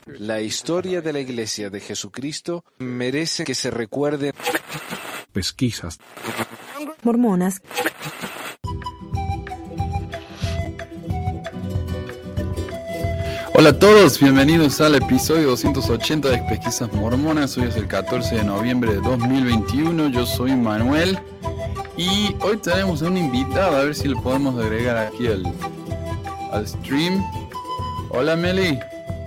La historia de la Iglesia de Jesucristo merece que se recuerde. Pesquisas. Mormonas. Hola a todos, bienvenidos al episodio 280 de Pesquisas Mormonas. Hoy es el 14 de noviembre de 2021, yo soy Manuel y hoy tenemos a un invitado, a ver si lo podemos agregar aquí al stream. Hola Meli.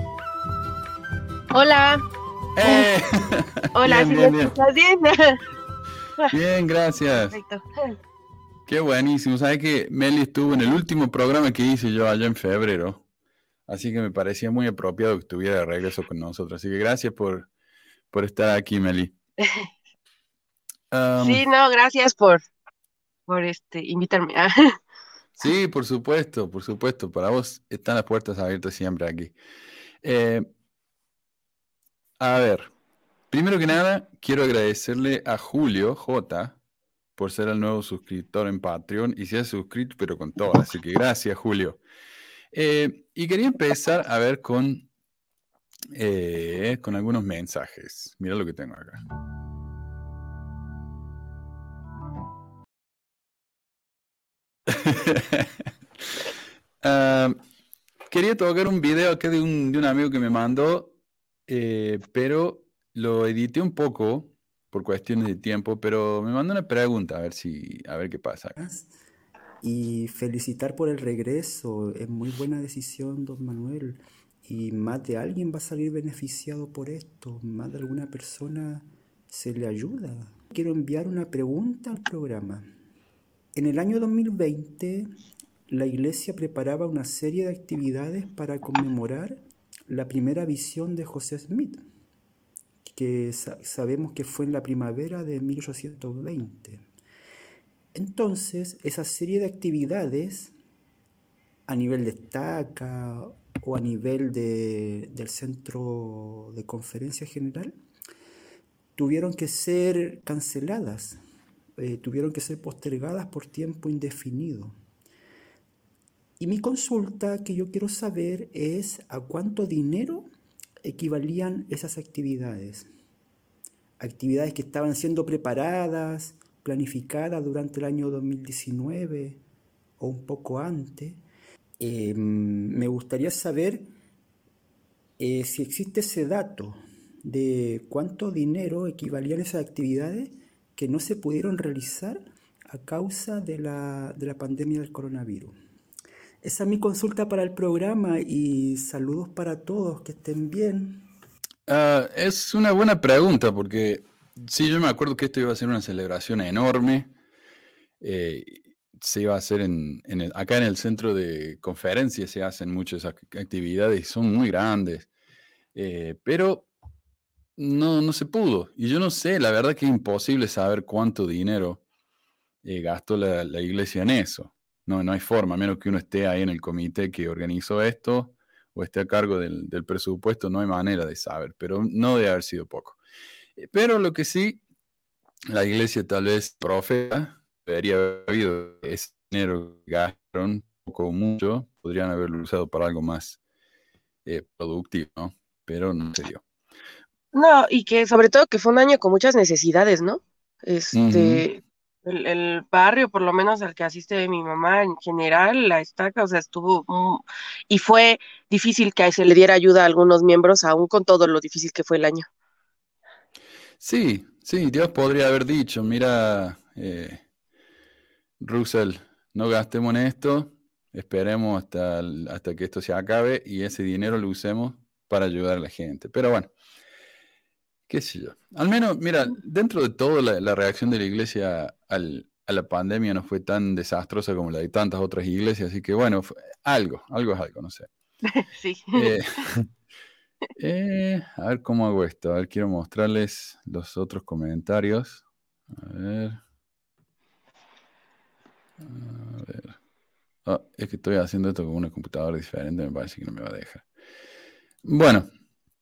Hola. ¡Eh! Hola, bien, ¿sí me bien. escuchas bien? Bien, gracias. Perfecto. Qué buenísimo. Sabes que Meli estuvo en el último programa que hice yo allá en febrero. Así que me parecía muy apropiado que estuviera de regreso con nosotros. Así que gracias por estar aquí, Meli. Sí, no, gracias por invitarme. Sí, por supuesto, por supuesto. Para vos están las puertas abiertas siempre aquí. A ver, primero que nada, quiero agradecerle a Julio J por ser el nuevo suscriptor en Patreon y se ha suscrito, pero con todo. Así que gracias, Julio. Y quería empezar a ver con algunos mensajes. Mira lo que tengo acá. Quería tocar un video acá de un amigo que me mandó, pero lo edité un poco por cuestiones de tiempo, pero me mandó una pregunta, a ver qué pasa. Y felicitar por el regreso, es muy buena decisión, don Manuel. Y más de alguien va a salir beneficiado por esto, más de alguna persona se le ayuda. Quiero enviar una pregunta al programa. En el año 2020, la iglesia preparaba una serie de actividades para conmemorar la primera visión de José Smith, que sabemos que fue en la primavera de 1820. Entonces, esa serie de actividades a nivel de estaca o a nivel del centro de conferencia general tuvieron que ser canceladas, tuvieron que ser postergadas por tiempo indefinido. Y mi consulta que yo quiero saber es a cuánto dinero equivalían esas actividades. Actividades que estaban siendo preparadas, planificadas durante el año 2019 o un poco antes. Me gustaría saber si existe ese dato de cuánto dinero equivalían esas actividades que no se pudieron realizar a causa de la pandemia del coronavirus. Esa es mi consulta para el programa y saludos para todos, que estén bien. Es una buena pregunta porque sí, yo me acuerdo que esto iba a ser una celebración enorme. Se iba a hacer acá en el centro de conferencias, se hacen muchas actividades y son muy grandes, pero no se pudo. Y yo no sé, la verdad que es imposible saber cuánto dinero gastó la iglesia en eso. No hay forma, a menos que uno esté ahí en el comité que organizó esto o esté a cargo del presupuesto, no hay manera de saber, pero no debe haber sido poco. Pero lo que sí, la iglesia tal vez profeta debería haber habido ese dinero que gastaron, poco o mucho, podrían haberlo usado para algo más productivo, ¿no? Pero no se dio. No, y que sobre todo que fue un año con muchas necesidades, ¿no? Ujú. El barrio, por lo menos al que asiste mi mamá, en general, la estaca, o sea, y fue difícil que se le diera ayuda a algunos miembros, aún con todo lo difícil que fue el año. Sí, Dios podría haber dicho, mira, Russell, no gastemos en esto, esperemos hasta que esto se acabe y ese dinero lo usemos para ayudar a la gente. Pero bueno, qué sé yo. Al menos, mira, dentro de todo la reacción de la iglesia a la pandemia no fue tan desastrosa como la de tantas otras iglesias, así que bueno, algo es algo, no sé. Sí. Eh, a ver cómo hago esto. A ver, quiero mostrarles los otros comentarios. A ver. A ver. Ah, es que estoy haciendo esto con una computadora diferente, me parece que no me va a dejar. Bueno.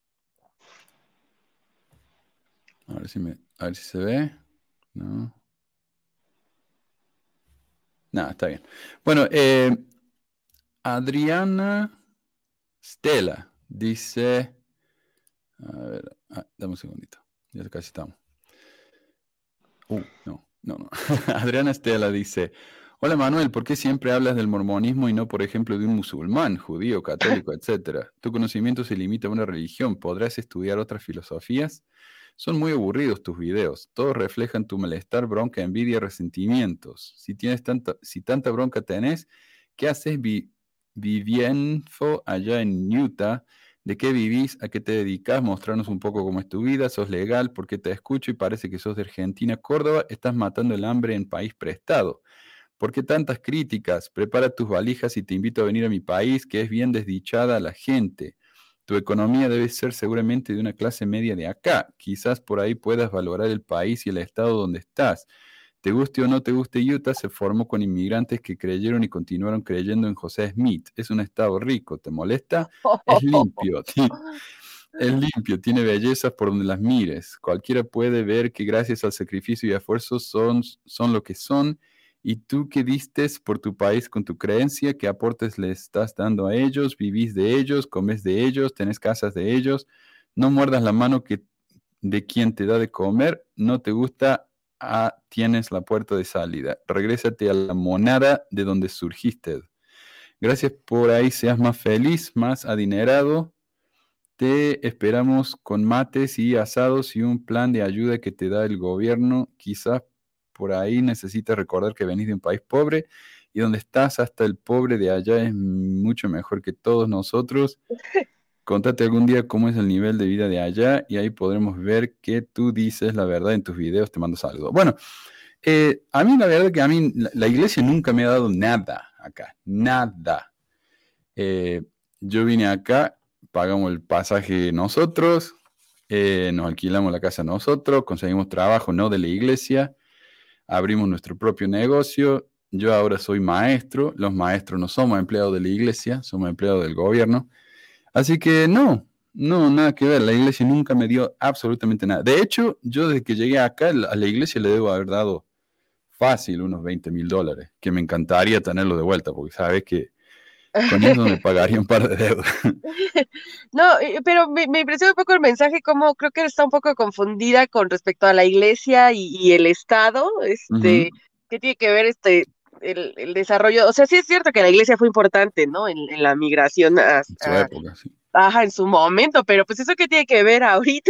A ver si se ve. No. Nada, está bien. Bueno, Adriana Stella dice, A ver, dame un segundito. Ya casi estamos. No. Adriana Estela dice, hola Manuel, ¿por qué siempre hablas del mormonismo y no, por ejemplo, de un musulmán, judío, católico, etcétera? Tu conocimiento se limita a una religión. ¿Podrás estudiar otras filosofías? Son muy aburridos tus videos. Todos reflejan tu malestar, bronca, envidia, resentimientos. Si tanta bronca tenés, ¿qué haces viviendo allá en Utah? ¿De qué vivís? ¿A qué te dedicas? Mostrarnos un poco cómo es tu vida. ¿Sos legal? ¿Por qué te escucho? Y parece que sos de Argentina, Córdoba. Estás matando el hambre en país prestado. ¿Por qué tantas críticas? Prepara tus valijas y te invito a venir a mi país, que es bien desdichada la gente. Tu economía debe ser seguramente de una clase media de acá. Quizás por ahí puedas valorar el país y el estado donde estás. Te guste o no te guste, Utah se formó con inmigrantes que creyeron y continuaron creyendo en José Smith. Es un estado rico. ¿Te molesta? Es limpio. Es limpio, tiene bellezas por donde las mires. Cualquiera puede ver que gracias al sacrificio y esfuerzo son lo que son. ¿Y tú qué diste por tu país con tu creencia? ¿Qué aportes le estás dando a ellos? ¿Vivís de ellos? ¿Comes de ellos? ¿Tenés casas de ellos? No muerdas la mano de quien te da de comer. ¿No te gusta? Tienes la puerta de salida. Regrésate a la monada de donde surgiste. Gracias por ahí, seas más feliz, más adinerado. Te esperamos con mates y asados y un plan de ayuda que te da el gobierno. Quizás por ahí necesitas recordar que venís de un país pobre y donde estás hasta el pobre de allá es mucho mejor que todos nosotros. Contate algún día cómo es el nivel de vida de allá y ahí podremos ver que tú dices la verdad en tus videos. Te mando saludos. Bueno, a mí la verdad que a mí la iglesia nunca me ha dado nada acá, nada. Yo vine acá, pagamos el pasaje nosotros, nos alquilamos la casa nosotros, conseguimos trabajo no de la iglesia, abrimos nuestro propio negocio. Yo ahora soy maestro, los maestros no somos empleados de la iglesia, somos empleados del gobierno. Así que no, nada que ver, la iglesia nunca me dio absolutamente nada. De hecho, yo desde que llegué acá, a la iglesia le debo haber dado fácil unos $20,000, que me encantaría tenerlo de vuelta, porque sabes que con eso me pagaría un par de deudas. No, pero me impresiona un poco el mensaje, como creo que está un poco confundida con respecto a la iglesia y el Estado, Ujú. ¿qué tiene que ver el desarrollo? O sea, sí es cierto que la iglesia fue importante, ¿no? En la migración En su época, sí. ajá, en su momento, pero pues eso qué tiene que ver ahorita.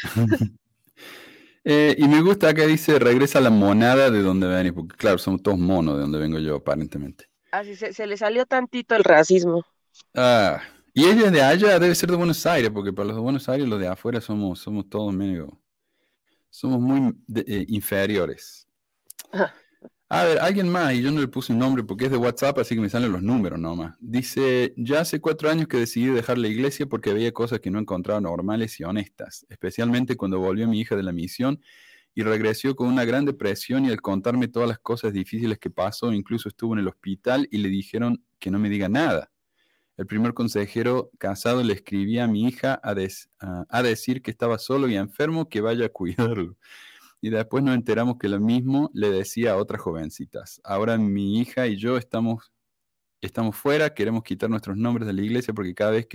Y me gusta que dice, regresa a la monada de donde venís, porque claro, somos todos monos de donde vengo yo, aparentemente. Así se le salió tantito el racismo. Ah, y ella es de allá, debe ser de Buenos Aires, porque para los de Buenos Aires, los de afuera somos todos medio, somos muy inferiores. A ver, alguien más, y yo no le puse un nombre porque es de WhatsApp, así que me salen los números nomás. Dice, ya hace 4 años que decidí dejar la iglesia porque veía cosas que no encontraba normales y honestas, especialmente cuando volvió mi hija de la misión y regresó con una gran depresión y al contarme todas las cosas difíciles que pasó, incluso estuvo en el hospital y le dijeron que no me diga nada. El primer consejero casado le escribía a mi hija a decir que estaba solo y enfermo, que vaya a cuidarlo. Y después nos enteramos que lo mismo le decía a otras jovencitas. Ahora mi hija y yo estamos fuera, queremos quitar nuestros nombres de la iglesia porque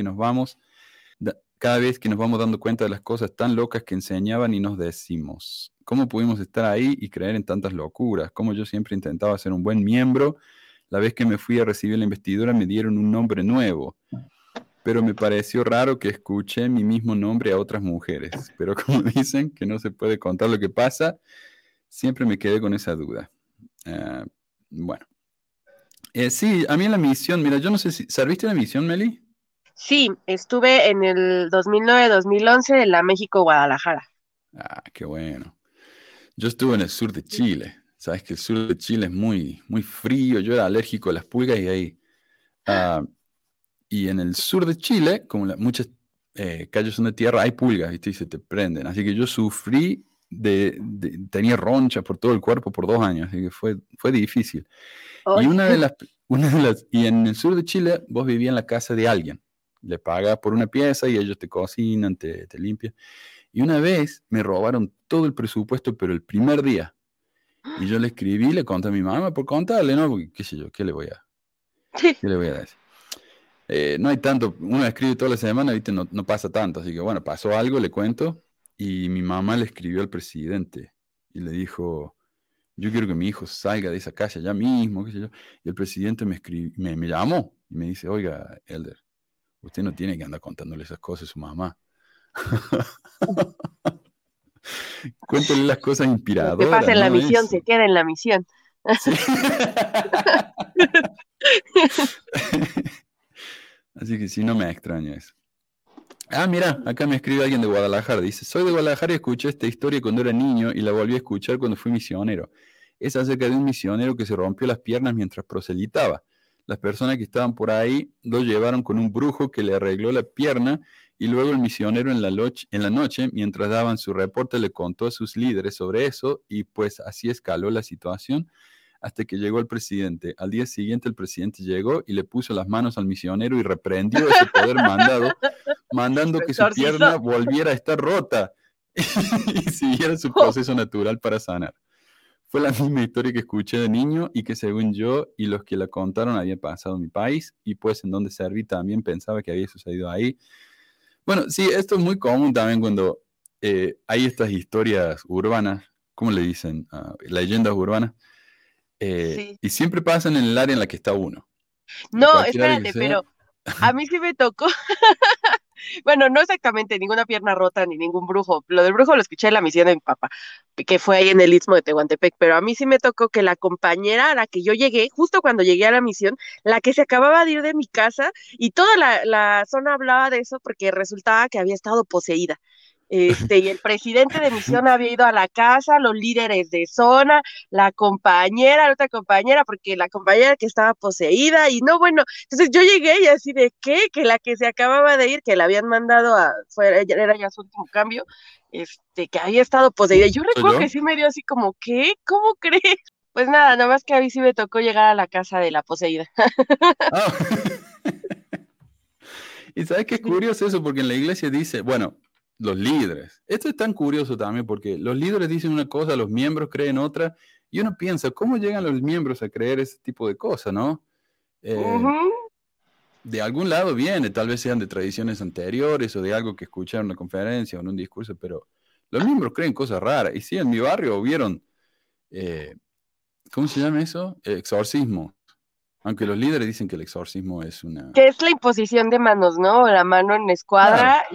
cada vez que nos vamos dando cuenta de las cosas tan locas que enseñaban y nos decimos, ¿cómo pudimos estar ahí y creer en tantas locuras? Como yo siempre intentaba ser un buen miembro, la vez que me fui a recibir la investidura me dieron un nombre nuevo, pero me pareció raro que escuché mi mismo nombre a otras mujeres. Pero como dicen que no se puede contar lo que pasa, siempre me quedé con esa duda. Ah, bueno. Sí, a mí en la misión, mira, yo no sé si... ¿Serviste en la misión, Meli? Sí, estuve en el 2009-2011 en la México Guadalajara. Ah, qué bueno. Yo estuve en el sur de Chile. Sabes que el sur de Chile es muy, muy frío. Yo era alérgico a las pulgas y ahí... ah, y en el sur de Chile, como muchas calles son de tierra, hay pulgas, ¿viste? Y se te prenden. Así que yo sufrí tenía ronchas por todo el cuerpo por 2 años, así que fue difícil. Y Ay, y en el sur de Chile, vos vivías en la casa de alguien. Le pagas por una pieza y ellos te cocinan, te limpian. Y una vez me robaron todo el presupuesto, pero el primer día. Y yo le escribí, le conté a mi mamá por contarle, ¿no? Porque, qué sé yo, ¿qué le voy a decir? No hay tanto, uno escribe toda la semana, ¿viste? No, no pasa tanto, así que bueno, pasó algo, le cuento, y mi mamá le escribió al presidente y le dijo, yo quiero que mi hijo salga de esa casa ya mismo, qué sé yo. Y el presidente me llamó y me dice, oiga, Elder, usted no tiene que andar contándole esas cosas a su mamá. Cuéntale las cosas Lo que pasa inspiradoras, en la ¿no? misión se Eso. queda en la misión. Sí. Así que sí, no me extraña eso. Ah, mira, acá me escribe alguien de Guadalajara. Dice, soy de Guadalajara y escuché esta historia cuando era niño y la volví a escuchar cuando fui misionero. Es acerca de un misionero que se rompió las piernas mientras proselitaba. Las personas que estaban por ahí lo llevaron con un brujo que le arregló la pierna y luego el misionero en la noche, mientras daban su reporte, le contó a sus líderes sobre eso y pues así escaló la situación hasta que llegó el presidente. Al día siguiente el presidente llegó y le puso las manos al misionero y reprendió ese poder mandando Lo que su exorcizó. pierna volviera a estar rota y siguiera su proceso natural para sanar. Fue la misma historia que escuché de niño y que según yo y los que la contaron había pasado en mi país y pues en donde serví también pensaba que había sucedido ahí. Bueno, sí, esto es muy común también cuando hay estas historias urbanas, ¿cómo le dicen? Leyendas urbanas. Sí. Y siempre pasan en el área en la que está uno. En No, cualquier área que espérate, sea. pero a mí sí me tocó. Bueno, no exactamente ninguna pierna rota ni ningún brujo. Lo del brujo lo escuché en la misión de mi papá, que fue ahí en el Istmo de Tehuantepec, pero a mí sí me tocó que la compañera a la que yo llegué, justo cuando llegué a la misión, la que se acababa de ir de mi casa, y toda la zona hablaba de eso porque resultaba que había estado poseída. Y el presidente de misión había ido a la casa, los líderes de zona, la compañera, la otra compañera, porque la compañera que estaba poseída, y no, bueno, entonces yo llegué y así de qué, que la que se acababa de ir, que la habían mandado era ya su último cambio, que había estado poseída. Yo ¿Soy recuerdo que yo? sí me dio así como, ¿qué? ¿Cómo crees? Pues nada más que a mí sí me tocó llegar a la casa de la poseída. Ah. Y sabes qué es curioso eso, porque en la iglesia dice, bueno, los líderes. Esto es tan curioso también porque los líderes dicen una cosa, los miembros creen otra, y uno piensa, ¿cómo llegan los miembros a creer ese tipo de cosas, no? Eh, Ujú. de algún lado viene, tal vez sean de tradiciones anteriores o de algo que escucharon en una conferencia o en un discurso, pero los miembros creen cosas raras. Y sí, en mi barrio hubieron, eh, ¿cómo se llama eso? Exorcismo. Aunque los líderes dicen que el exorcismo es una... Que es la imposición de manos, ¿no? La mano en Claro. escuadra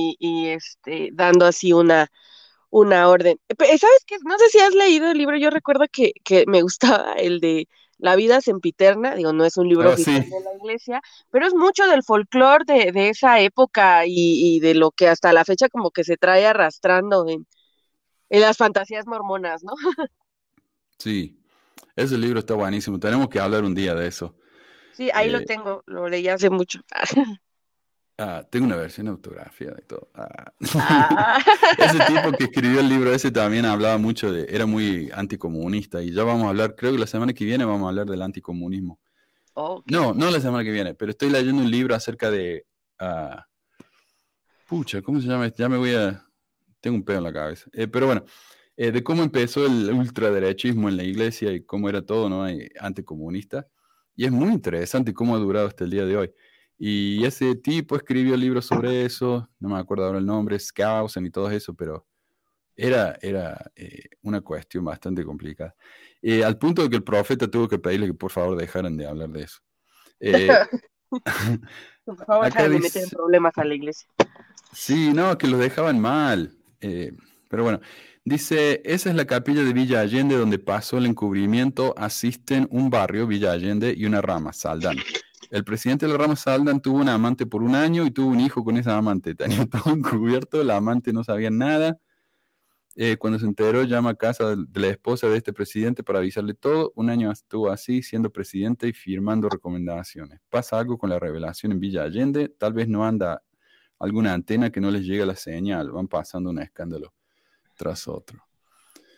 dando así una orden. ¿Sabes qué? No sé si has leído el libro, yo recuerdo que me gustaba el de La vida sempiterna, digo, no es un libro Ah, oficial sí. de la iglesia, pero es mucho del folclore de esa época y de lo que hasta la fecha como que se trae arrastrando en las fantasías mormonas, ¿no? Sí, ese libro está buenísimo. Tenemos que hablar un día de eso. Sí, ahí lo Eh, tengo, lo leí hace mucho. tengo una versión autografiada y todo. Ah. Ese tipo que escribió el libro ese también hablaba mucho de, era muy anticomunista y ya vamos a hablar, creo que la semana que viene vamos a hablar del anticomunismo. Ok. No, no la semana que viene, pero estoy leyendo un libro acerca de, ah, pucha, ¿cómo se llama? Ya me voy a, tengo un pedo en la cabeza. Pero bueno, de cómo empezó el ultraderechismo en la iglesia y cómo era todo, ¿no? Anticomunista. Y es muy interesante cómo ha durado hasta el día de hoy. Y ese tipo escribió libros sobre eso, no me acuerdo ahora el nombre, Skousen y todo eso, pero era una cuestión bastante complicada. Al punto de que el profeta tuvo que pedirle que por favor dejaran de hablar de eso. Eh, Por favor, acá deja de meter en dice, problemas a la iglesia. sí, no, que los dejaban mal. Pero bueno, dice, esa es la capilla de Villa Allende donde pasó el encubrimiento. Asisten un barrio, Villa Allende, y una rama, Saldán. El presidente de la rama Saldán tuvo una amante por un año y tuvo un hijo con esa amante. Tenía todo encubierto, la amante no sabía nada. Cuando se enteró, llama a casa de la esposa de este presidente para avisarle todo. Un año estuvo así, siendo presidente y firmando recomendaciones. Pasa algo con la revelación en Villa Allende, tal vez no anda alguna antena que no les llega la señal, van pasando un escándalo tras otro.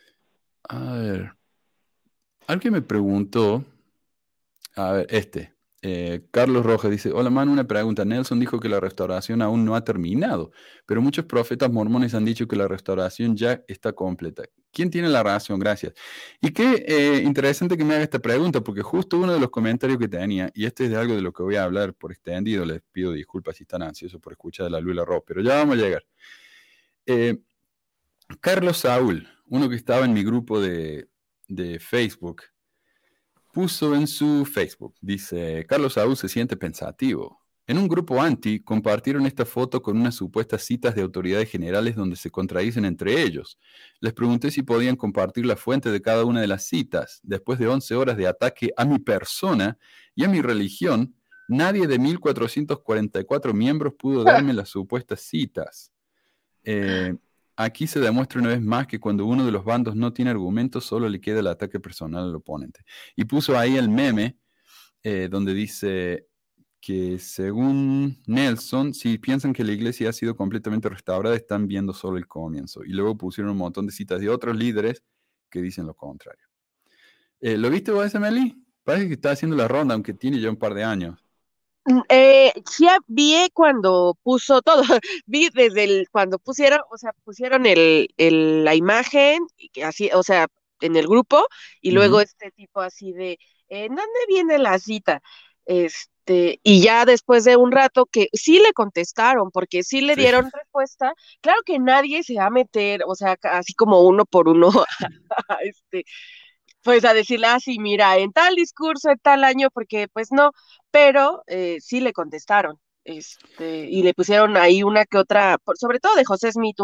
A ver, alguien me preguntó, a ver, Carlos Rojas dice, hola Manu, una pregunta. Nelson dijo que la restauración aún no ha terminado, pero muchos profetas mormones han dicho que la restauración ya está completa. ¿Quién tiene la razón? Gracias. Y qué interesante que me haga esta pregunta, porque justo uno de los comentarios que tenía, y este es de algo de lo que voy a hablar por extendido, les pido disculpas si están ansiosos por escuchar de la Lula Ross, pero ya vamos a llegar. Carlos Saúl, uno que estaba en mi grupo de Facebook, puso en su Facebook, dice, Carlos Saúl se siente pensativo. En un grupo anti compartieron esta foto con unas supuestas citas de autoridades generales donde se contradicen entre ellos. Les pregunté si podían compartir la fuente de cada una de las citas. Después de 11 horas de ataque a mi persona y a mi religión, nadie de 1.444 miembros pudo darme las supuestas citas. Aquí se demuestra una vez más que cuando uno de los bandos no tiene argumentos, solo le queda el ataque personal al oponente. Y puso ahí el meme donde dice que según Nelson, si piensan que la iglesia ha sido completamente restaurada, están viendo solo el comienzo. Y luego pusieron un montón de citas de otros líderes que dicen lo contrario. ¿Lo viste vos ese, Meli? Parece que está haciendo la ronda, aunque tiene ya un par de años. Sí, vi cuando puso todo, vi desde cuando pusieron la imagen, y que así, o sea, en el grupo, y luego este tipo así de, ¿en dónde viene la cita? Y ya después de un rato que sí le contestaron, porque sí le Sí. dieron respuesta, claro que nadie se va a meter, o sea, así como uno por uno, pues a decirle, sí, mira, en tal discurso, en tal año, porque pues no, pero sí le contestaron, y le pusieron ahí una que otra, sobre todo de José Smith,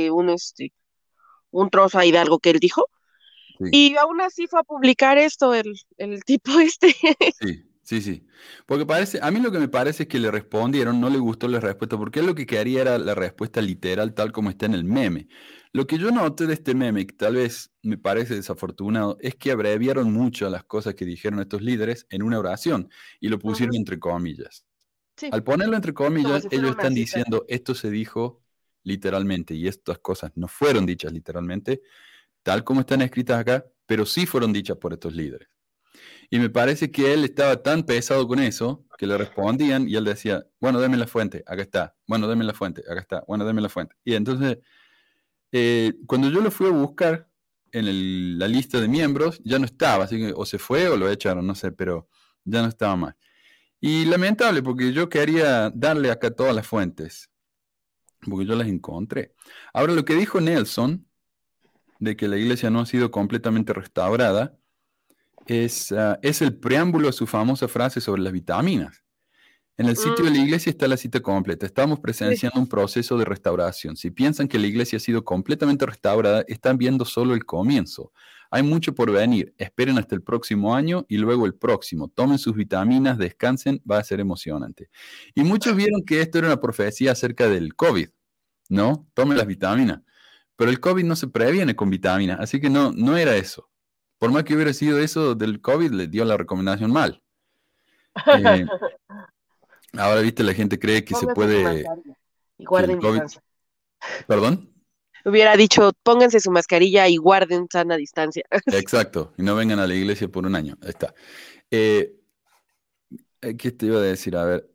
un trozo ahí de algo que él dijo, Sí. y aún así fue a publicar esto, el tipo Sí. Porque a mí lo que me parece es que le respondieron, no le gustó la respuesta, porque él lo que quería era la respuesta literal tal como está en el meme. Lo que yo noté de este meme, que tal vez me parece desafortunado, es que abreviaron mucho las cosas que dijeron estos líderes en una oración y lo pusieron Ujú, entre comillas. sí, Al ponerlo entre como comillas, si fuera ellos una están cita. diciendo, esto se dijo literalmente y estas cosas no fueron dichas literalmente, tal como están escritas acá, pero sí fueron dichas por estos líderes. Y me parece que él estaba tan pesado con eso que le respondían y él decía, bueno, deme la fuente, acá está. Bueno, deme la fuente, acá está. Bueno, deme la fuente. Y entonces, cuando yo lo fui a buscar en la lista de miembros, ya no estaba. Así que o se fue o lo echaron, no sé, pero ya no estaba más. Y lamentable, porque yo quería darle acá todas las fuentes, porque yo las encontré. Ahora, lo que dijo Nelson, de que la iglesia no ha sido completamente restaurada, es el preámbulo a su famosa frase sobre las vitaminas. En el sitio de la iglesia está la cita completa. Estamos presenciando un proceso de restauración. Si piensan que la iglesia ha sido completamente restaurada, están viendo solo el comienzo. Hay mucho por venir. Esperen hasta el próximo año y luego el próximo. Tomen sus vitaminas, descansen, va a ser emocionante. Y muchos vieron que esto era una profecía acerca del COVID, ¿no? Tomen las vitaminas. Pero el COVID no se previene con vitaminas, así que no era eso. Por más que hubiera sido eso del COVID, le dio la recomendación mal. Ahora, viste, la gente cree que se Pónganse su puede, mascarilla y que el guarden COVID, distancia. perdón, Hubiera dicho, pónganse su mascarilla y guarden sana distancia. exacto, y no vengan a la iglesia por un año, ahí está. ¿Qué te iba a decir? A ver,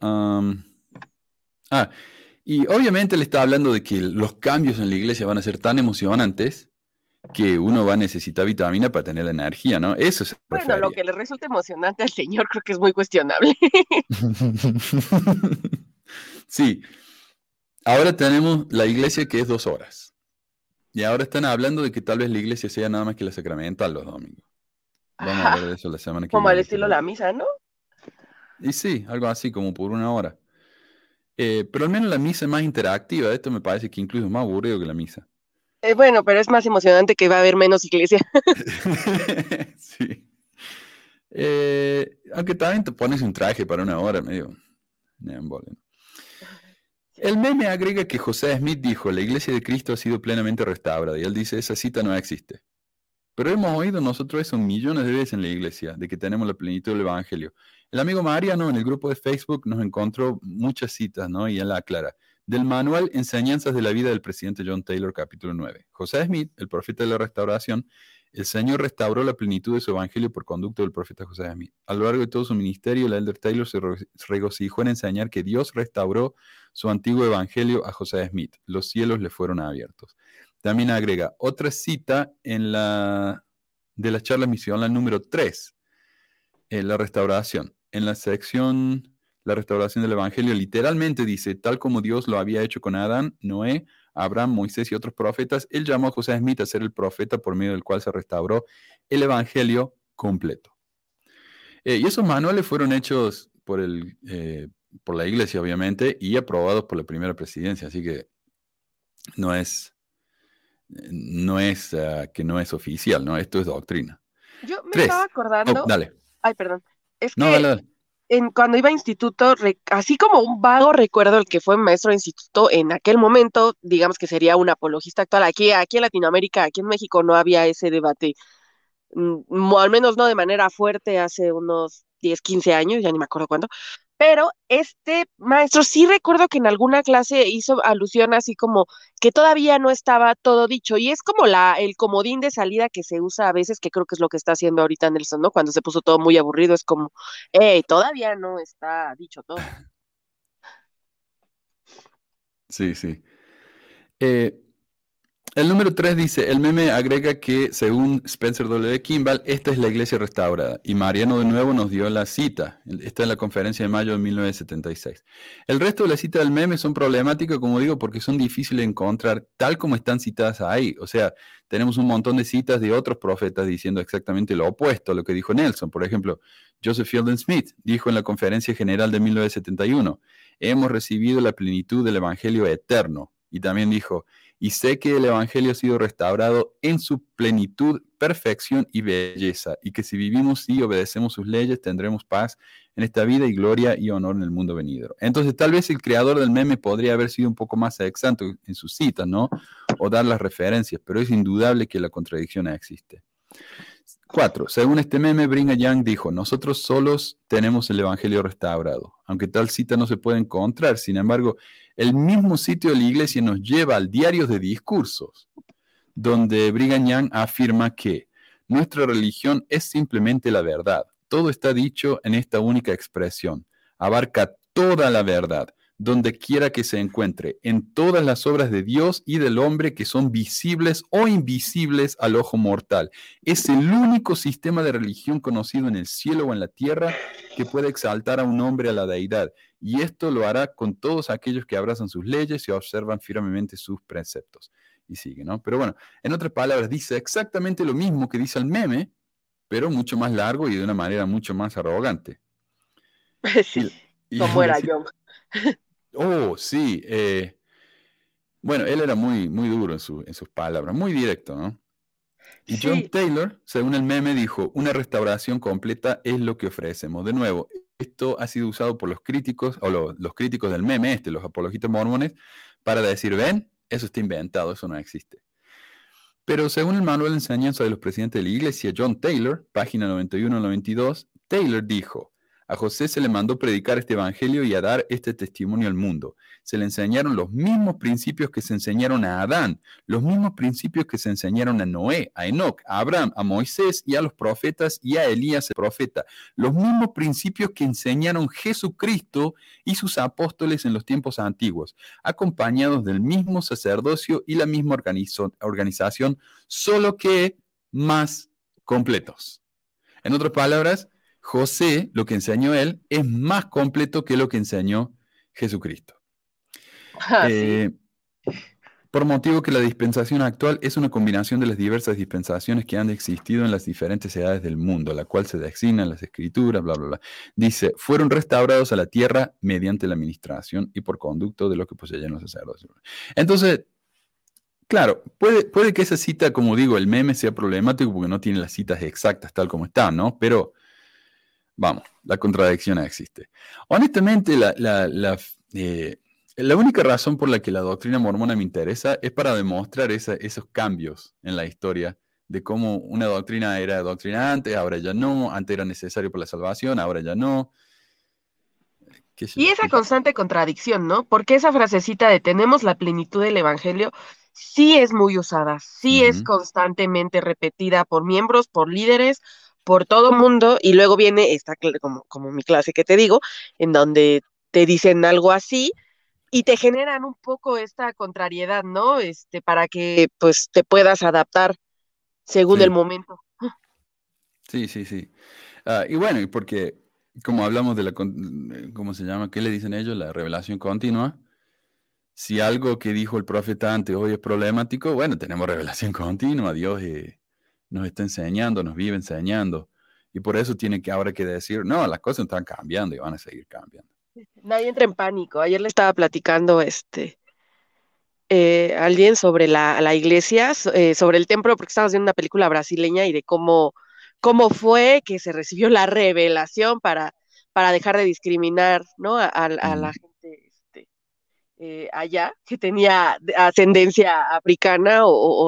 y obviamente le está hablando de que los cambios en la iglesia van a ser tan emocionantes que uno va a necesitar vitamina para tener la energía, ¿no? Eso se Bueno, lo refería. que le resulta emocionante al señor creo que es muy cuestionable. Sí, ahora tenemos la iglesia que es 2 horas. Y ahora están hablando de que tal vez la iglesia sea nada más que la sacramental los domingos. Vamos a hablar de eso la semana que Como al viene. estilo la misa, ¿no? Y sí, algo así como por 1 hora. Pero al menos la misa es más interactiva. Esto me parece que incluso es más aburrido que la misa. Bueno, pero es más emocionante que va a haber menos iglesia. Sí. Aunque también te pones un traje para 1 hora, medio. Embole, ¿no? El meme agrega que José Smith dijo, la iglesia de Cristo ha sido plenamente restaurada. Y él dice, esa cita no existe. Pero hemos oído nosotros eso millones de veces en la iglesia, de que tenemos la plenitud del Evangelio. El amigo Mariano en el grupo de Facebook nos encontró muchas citas, ¿no? Y él aclara. Del manual Enseñanzas de la vida del presidente John Taylor, capítulo 9. José Smith, el profeta de la restauración, El Señor restauró la plenitud de su evangelio por conducto del profeta José Smith. A lo largo de todo su ministerio, el elder Taylor se regocijó en enseñar que Dios restauró su antiguo evangelio a José Smith. Los cielos le fueron abiertos. También agrega otra cita de la charla misional número 3, la restauración. En la sección la restauración del evangelio literalmente dice, tal como Dios lo había hecho con Adán, Noé, Abraham, Moisés y otros profetas, él llamó a José Smith a ser el profeta por medio del cual se restauró el evangelio completo. Y esos manuales fueron hechos por la iglesia, obviamente, y aprobados por la primera presidencia, así que no es que no es oficial, ¿no? Esto es doctrina. Yo me 3. estaba acordando. Dale. Ay, perdón. Es No, que dale. cuando iba a instituto, así como un vago recuerdo el que fue maestro de instituto en aquel momento, digamos que sería un apologista actual. Aquí en Latinoamérica, aquí en México no había ese debate, al menos no de manera fuerte hace unos 10, 15 años, ya ni me acuerdo cuándo. Pero este maestro sí recuerdo que en alguna clase hizo alusión así como que todavía no estaba todo dicho. Y es como el comodín de salida que se usa a veces, que creo que es lo que está haciendo ahorita Nelson, ¿no? Cuando se puso todo muy aburrido, es como, hey, todavía no está dicho todo. Sí, sí. El número 3 dice, el meme agrega que según Spencer W. Kimball, esta es la iglesia restaurada. Y Mariano de nuevo nos dio la cita. Esta es la conferencia de mayo de 1976. El resto de las citas del meme son problemáticas, como digo, porque son difíciles de encontrar tal como están citadas ahí. O sea, tenemos un montón de citas de otros profetas diciendo exactamente lo opuesto a lo que dijo Nelson. Por ejemplo, Joseph Fielding Smith dijo en la conferencia general de 1971, hemos recibido la plenitud del evangelio eterno. Y también dijo, y sé que el evangelio ha sido restaurado en su plenitud, perfección y belleza, y que si vivimos y obedecemos sus leyes, tendremos paz en esta vida y gloria y honor en el mundo venidero. Entonces, tal vez el creador del meme podría haber sido un poco más exacto en sus citas, ¿no? O dar las referencias, pero es indudable que la contradicción existe. 4. Según este meme, Brigham Young dijo, nosotros solos tenemos el evangelio restaurado. Aunque tal cita no se puede encontrar, sin embargo, el mismo sitio de la iglesia nos lleva al diario de discursos, donde Brigham Young afirma que nuestra religión es simplemente la verdad. Todo está dicho en esta única expresión. Abarca toda la verdad, donde quiera que se encuentre, en todas las obras de Dios y del hombre que son visibles o invisibles al ojo mortal. Es el único sistema de religión conocido en el cielo o en la tierra que puede exaltar a un hombre a la deidad. Y esto lo hará con todos aquellos que abrazan sus leyes y observan firmemente sus preceptos. Y sigue, ¿no? Pero bueno, en otras palabras, dice exactamente lo mismo que dice el meme, pero mucho más largo y de una manera mucho más arrogante. Sí, como era Young. Oh, sí. Bueno, él era muy, muy duro en sus palabras, muy directo, ¿no? Y Sí. John Taylor, según el meme, dijo, una restauración completa es lo que ofrecemos. De nuevo, esto ha sido usado por los críticos, o los críticos del meme, los apologistas mormones, para decir, ven, eso está inventado, eso no existe. Pero según el manual de enseñanza de los presidentes de la iglesia, John Taylor, página 91-92, Taylor dijo, a José se le mandó predicar este evangelio y a dar este testimonio al mundo. Se le enseñaron los mismos principios que se enseñaron a Adán, los mismos principios que se enseñaron a Noé, a Enoc, a Abraham, a Moisés y a los profetas y a Elías el profeta. Los mismos principios que enseñaron Jesucristo y sus apóstoles en los tiempos antiguos, acompañados del mismo sacerdocio y la misma organización, solo que más completos. En otras palabras, José, lo que enseñó él, es más completo que lo que enseñó Jesucristo. Sí. Por motivo que la dispensación actual es una combinación de las diversas dispensaciones que han existido en las diferentes edades del mundo, la cual se designa en las escrituras, bla, bla, bla. Dice, fueron restaurados a la tierra mediante la administración y por conducto de lo que poseían los sacerdotes. Entonces, claro, puede que esa cita, como digo, el meme sea problemático porque no tiene las citas exactas tal como están, ¿no? Pero vamos, la contradicción existe. Honestamente, la única razón por la que la doctrina mormona me interesa es para demostrar esos cambios en la historia de cómo una doctrina era doctrina antes, ahora ya no, antes era necesario para la salvación, ahora ya no. Y esa constante contradicción, ¿no? Porque esa frasecita de tenemos la plenitud del evangelio sí es muy usada, sí es Ujú. constantemente repetida por miembros, por líderes, por todo mundo, y luego viene esta, como mi clase que te digo, en donde te dicen algo así y te generan un poco esta contrariedad, ¿no? Para que pues te puedas adaptar según el Sí, momento. sí, sí, sí. Y bueno, y porque como hablamos de ¿cómo se llama? ¿Qué le dicen ellos? La revelación continua. Si algo que dijo el profeta antes hoy es problemático, bueno, tenemos revelación continua. Dios nos está enseñando, nos vive enseñando. Y por eso tiene que ahora que decir, no, las cosas están cambiando y van a seguir cambiando. Nadie entra en pánico. Ayer le estaba platicando alguien sobre la iglesia, sobre el templo, porque estábamos viendo una película brasileña y de cómo fue que se recibió la revelación para dejar de discriminar, ¿no? A la Ujú. gente allá que tenía ascendencia africana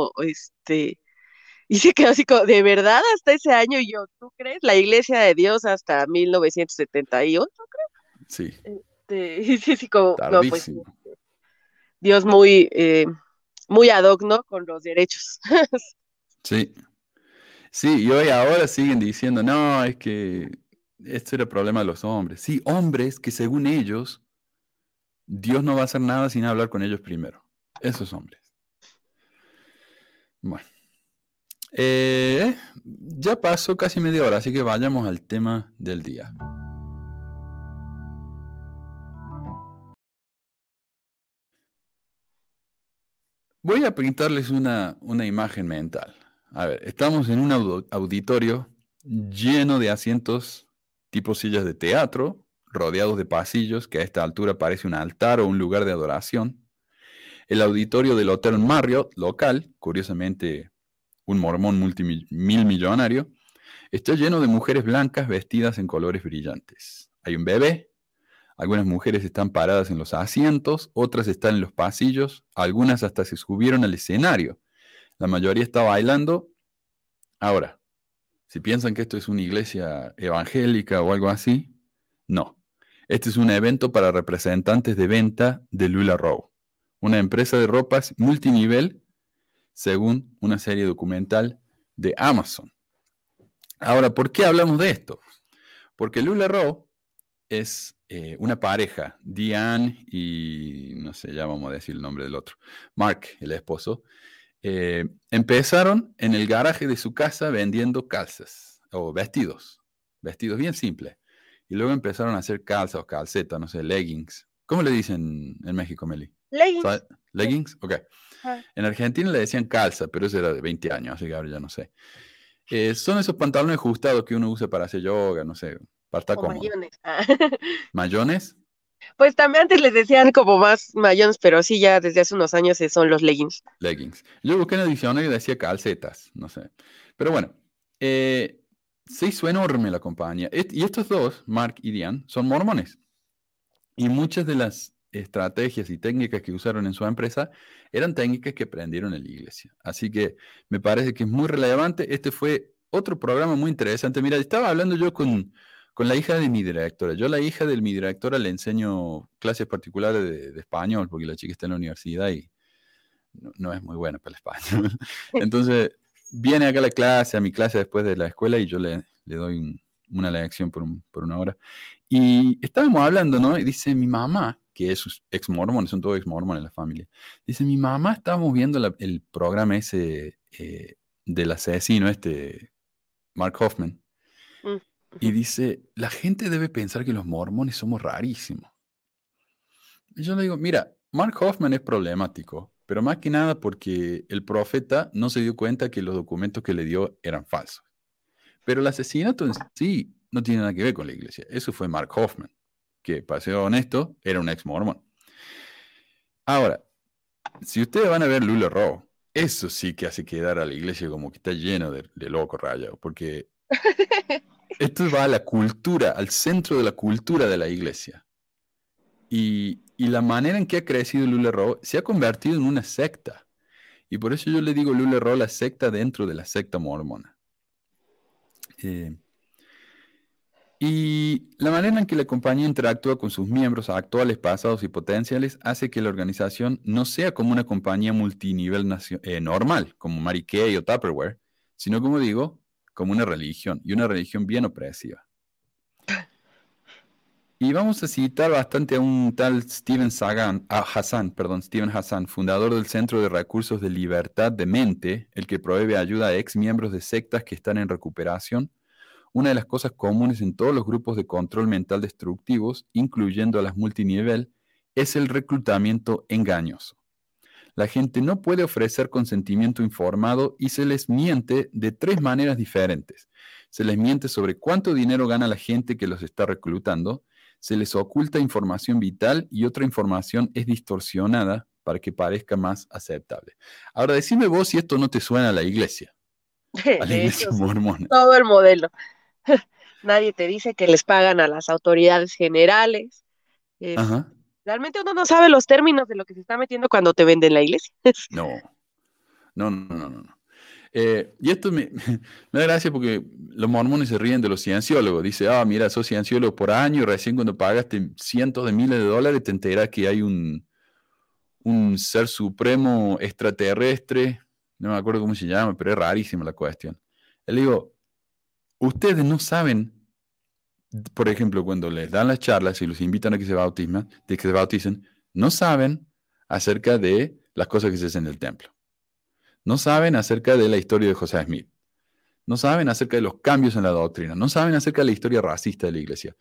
y se quedó así como, ¿de verdad hasta ese año? Y yo, ¿tú crees? La Iglesia de Dios hasta 1978, Sí, y sí, sí, como, no, pues sí, tardísimo. Dios muy ad hoc, ¿no? Con los derechos. Sí, sí, y hoy ahora siguen diciendo, no, es que esto era problema de los hombres. Sí, hombres que según ellos, Dios no va a hacer nada sin hablar con ellos primero. Esos hombres. Bueno, ya pasó casi media hora, así que vayamos al tema del día. Voy a pintarles una imagen mental. A ver, estamos en un auditorio lleno de asientos tipo sillas de teatro, rodeados de pasillos que a esta altura parece un altar o un lugar de adoración. El auditorio del Hotel Marriott local, curiosamente un mormón multimillonario, está lleno de mujeres blancas vestidas en colores brillantes. Hay un bebé, algunas mujeres están paradas en los asientos, otras están en los pasillos, algunas hasta se subieron al escenario. La mayoría está bailando. Ahora, si piensan que esto es una iglesia evangélica o algo así, no. Este es un evento para representantes de venta de LuLaRoe, una empresa de ropas multinivel, según una serie documental de Amazon. Ahora, ¿por qué hablamos de esto? Porque LuLaRoe es una pareja, Diane y no sé, ya vamos a decir el nombre del otro, Mark, el esposo. Empezaron en el garaje de su casa vendiendo calzas o vestidos bien simples. Y luego empezaron a hacer calzas o calcetas, no sé, leggings. ¿Cómo le dicen en México, Meli? Leggings. ¿Leggings? Ok. Ajá. En Argentina le decían calza, pero eso era de 20 años, así que ahora ya no sé. Son esos pantalones ajustados que uno usa para hacer yoga, no sé, para estar O cómodo. mayones. ¿Mayones? Pues también antes les decían como más mayones, pero sí, ya desde hace unos años son los leggings. Leggings. Yo busqué en el diccionario y decía calcetas, no sé. Pero bueno, eh, se hizo enorme la compañía. Y estos dos, Mark y Diane, son mormones. Y muchas de las estrategias y técnicas que usaron en su empresa eran técnicas que aprendieron en la iglesia. Así que me parece que es muy relevante. Este fue otro programa muy interesante. Mira, estaba hablando yo con la hija de mi directora. Yo a la hija de mi directora le enseño clases particulares de español, porque la chica está en la universidad y no es muy buena para el español. Entonces, viene acá a la clase, a mi clase después de la escuela y yo le doy una lección por una hora. Y estábamos hablando, ¿no? Y dice mi mamá, que es ex mormón, son todos ex mormón en la familia. Dice, mi mamá, estábamos viendo el programa ese del asesino, Mark Hoffman. Mm, Y ujú. dice, la gente debe pensar que los mormones somos rarísimos. Y yo le digo, mira, Mark Hoffman es problemático, pero más que nada porque el profeta no se dio cuenta que los documentos que le dio eran falsos. Pero el asesinato en sí no tiene nada que ver con la iglesia. Eso fue Mark Hoffman, que, para ser honesto, era un ex mormón. Ahora, si ustedes van a ver LuLaRoe, eso sí que hace quedar a la iglesia como que está lleno de loco rayado, porque esto va a la cultura, al centro de la cultura de la iglesia. Y la manera en que ha crecido LuLaRoe se ha convertido en una secta. Y por eso yo le digo LuLaRoe la secta dentro de la secta mormona. Eh, Y la manera en que la compañía interactúa con sus miembros actuales, pasados y potenciales hace que la organización no sea como una compañía multinivel normal, como Mary Kay o Tupperware, sino, como digo, como una religión, y una religión bien opresiva. Y vamos a citar bastante a un tal Steven Hassan, fundador del Centro de Recursos de Libertad de Mente, el que provee ayuda a ex miembros de sectas que están en recuperación. Una de las cosas comunes en todos los grupos de control mental destructivos, incluyendo a las multinivel, es el reclutamiento engañoso. La gente no puede ofrecer consentimiento informado y se les miente de 3 maneras diferentes. Se les miente sobre cuánto dinero gana la gente que los está reclutando, se les oculta información vital y otra información es distorsionada para que parezca más aceptable. Ahora, decime vos si esto no te suena a la iglesia De hecho, sí, mormona. todo el modelo. Nadie te dice que les pagan a las autoridades generales. Es, Ajá. realmente uno no sabe los términos de lo que se está metiendo cuando te venden la iglesia. No, no. Y esto me da gracia porque los mormones se ríen de los cienciólogos. Dice, mira, sos cienciólogo por año y recién cuando pagaste cientos de miles de dólares te enteras que hay un ser supremo extraterrestre. No me acuerdo cómo se llama, pero es rarísima la cuestión. Le digo, ustedes no saben, por ejemplo, cuando les dan las charlas y los invitan a que se bauticen, no saben acerca de las cosas que se hacen en el templo. No saben acerca de la historia de José Smith. No saben acerca de los cambios en la doctrina. No saben acerca de la historia racista de la iglesia.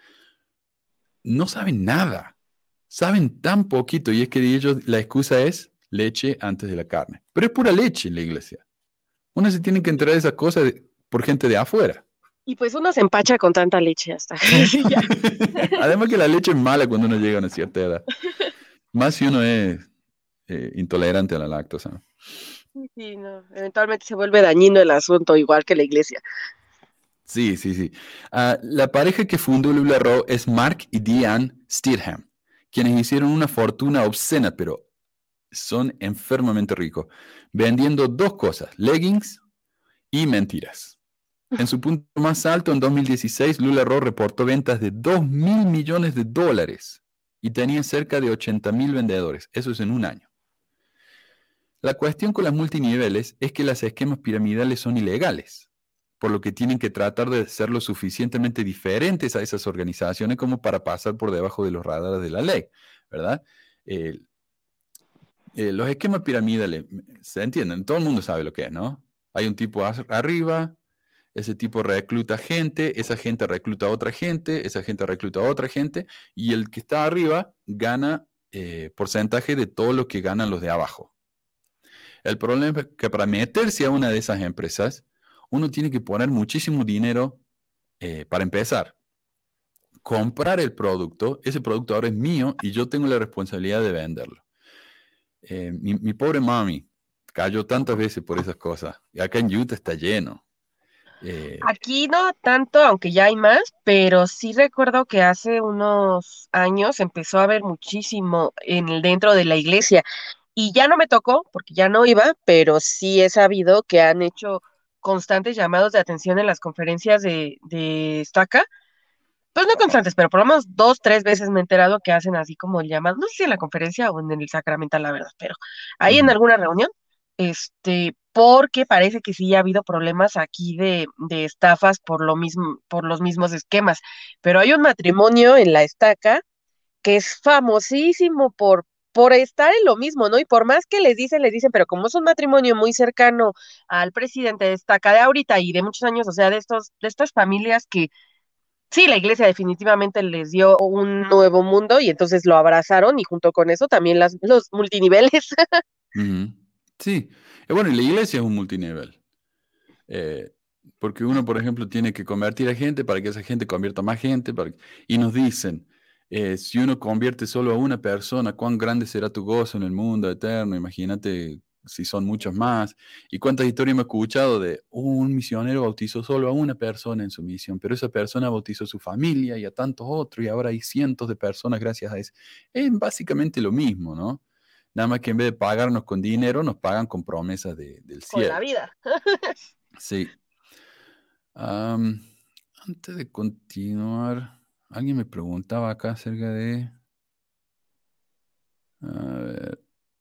No saben nada. Saben tan poquito y es que de ellos la excusa es leche antes de la carne. Pero es pura leche en la iglesia. Uno se tiene que enterar de esas cosas por gente de afuera. Y pues uno se empacha con tanta leche hasta. Ya. Además que la leche es mala cuando uno llega a una cierta edad. Más si uno es intolerante a la lactosa, ¿no? Sí, no, eventualmente se vuelve dañino el asunto, igual que la iglesia. Sí. La pareja que fundó LuLaRoe es Mark y Diane Steadham, quienes hicieron una fortuna obscena, pero son enfermamente ricos, vendiendo 2 cosas, leggings y mentiras. En su punto más alto, en 2016, LuLaRoe reportó ventas de $2.000 millones y tenía cerca de 80.000 vendedores. Eso es en un año. La cuestión con las multiniveles es que los esquemas piramidales son ilegales, por lo que tienen que tratar de ser lo suficientemente diferentes a esas organizaciones como para pasar por debajo de los radares de la ley, ¿verdad? Los esquemas piramidales, se entienden, todo el mundo sabe lo que es, ¿no? Hay un tipo arriba, ese tipo recluta gente, esa gente recluta a otra gente, esa gente recluta a otra gente, y el que está arriba gana porcentaje de todo lo que ganan los de abajo. El problema es que para meterse a una de esas empresas, uno tiene que poner muchísimo dinero para empezar. Comprar el producto, ese producto ahora es mío y yo tengo la responsabilidad de venderlo. Mi pobre mami cayó tantas veces por esas cosas. Y acá en Utah está lleno. Aquí no tanto, aunque ya hay más, pero sí recuerdo que hace unos años empezó a haber muchísimo dentro de la iglesia. Y ya no me tocó, porque ya no iba, pero sí he sabido que han hecho constantes llamados de atención en las conferencias de estaca. Pues no constantes, pero por lo menos 2, 3 veces me he enterado que hacen así como el llamado, no sé si en la conferencia o en el sacramental, la verdad, pero ahí en Ujú. alguna reunión, porque parece que sí ha habido problemas aquí de estafas por lo mismo, por los mismos esquemas. Pero hay un matrimonio en la estaca que es famosísimo por estar en lo mismo, ¿no? Y por más que les dicen, pero como es un matrimonio muy cercano al presidente de estaca de ahorita y de muchos años, o sea, de estas familias que sí, la iglesia definitivamente les dio un nuevo mundo y entonces lo abrazaron y junto con eso también los multiniveles. Ujú. Sí. Bueno, y la iglesia es un multinivel. Porque uno, por ejemplo, tiene que convertir a gente para que esa gente convierta a más gente. Y nos dicen, si uno convierte solo a una persona, ¿cuán grande será tu gozo en el mundo eterno? Imagínate si son muchos más. ¿Y cuántas historias me he escuchado de un misionero bautizó solo a una persona en su misión, pero esa persona bautizó a su familia y a tantos otros, y ahora hay cientos de personas gracias a eso? Es básicamente lo mismo, ¿no? Nada más que en vez de pagarnos con dinero, nos pagan con promesas del Con la cielo. vida. Sí. Am, Antes de continuar, alguien me preguntaba acá acerca de... A ver,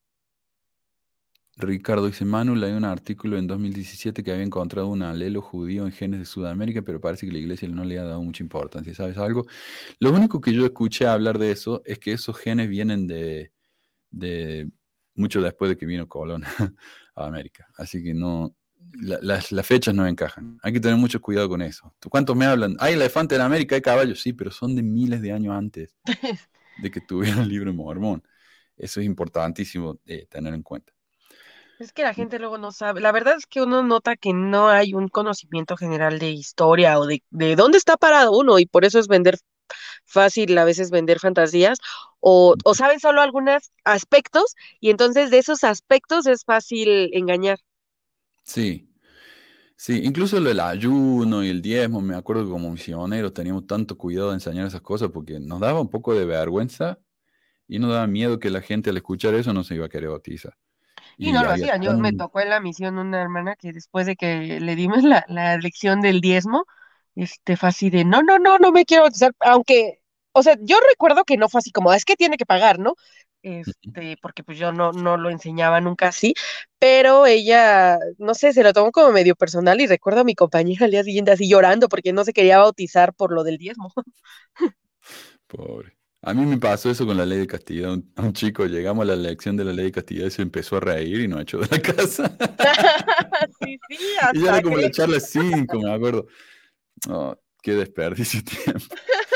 Ricardo dice, Manu, leí un artículo en 2017 que había encontrado un alelo judío en genes de Sudamérica, pero parece que la iglesia no le ha dado mucha importancia. ¿Sabes algo? Lo único que yo escuché hablar de eso es que esos genes vienen de mucho después de que vino Colón a América. Así que no, las fechas no encajan. Hay que tener mucho cuidado con eso. ¿Cuántos me hablan? Hay elefantes en América, hay caballos, sí, pero son de miles de años antes de que tuviera el libro Mormón. Eso es importantísimo tener en cuenta. Es que la gente luego no sabe. La verdad es que uno nota que no hay un conocimiento general de historia o de dónde está parado uno, y por eso es vender fácil a veces vender fantasías, o saben solo algunos aspectos, y entonces de esos aspectos es fácil engañar. Sí, sí, incluso lo del ayuno y el diezmo, me acuerdo que como misioneros teníamos tanto cuidado de enseñar esas cosas porque nos daba un poco de vergüenza y nos daba miedo que la gente al escuchar eso no se iba a querer bautizar. Y no Y lo había hacían. Yo me tan... tocó en la misión una hermana que después de que le dimos la lección del diezmo, fue así de, no, no, no, no me quiero bautizar, aunque, o sea, yo recuerdo que no fue así como, es que tiene que pagar, ¿no? Porque pues yo no lo enseñaba nunca así, pero ella, no sé, se lo tomó como medio personal, y recuerdo a mi compañera al día siguiente así llorando porque no se quería bautizar por lo del diezmo. Pobre. A mí me pasó eso con la ley de castidad. Un chico, llegamos a la lección de la ley de castidad y se empezó a reír y nos echó de la casa. Sí, sí, Y ya era hasta como la que... charla 5, me acuerdo. Oh, qué desperdicio de tiempo.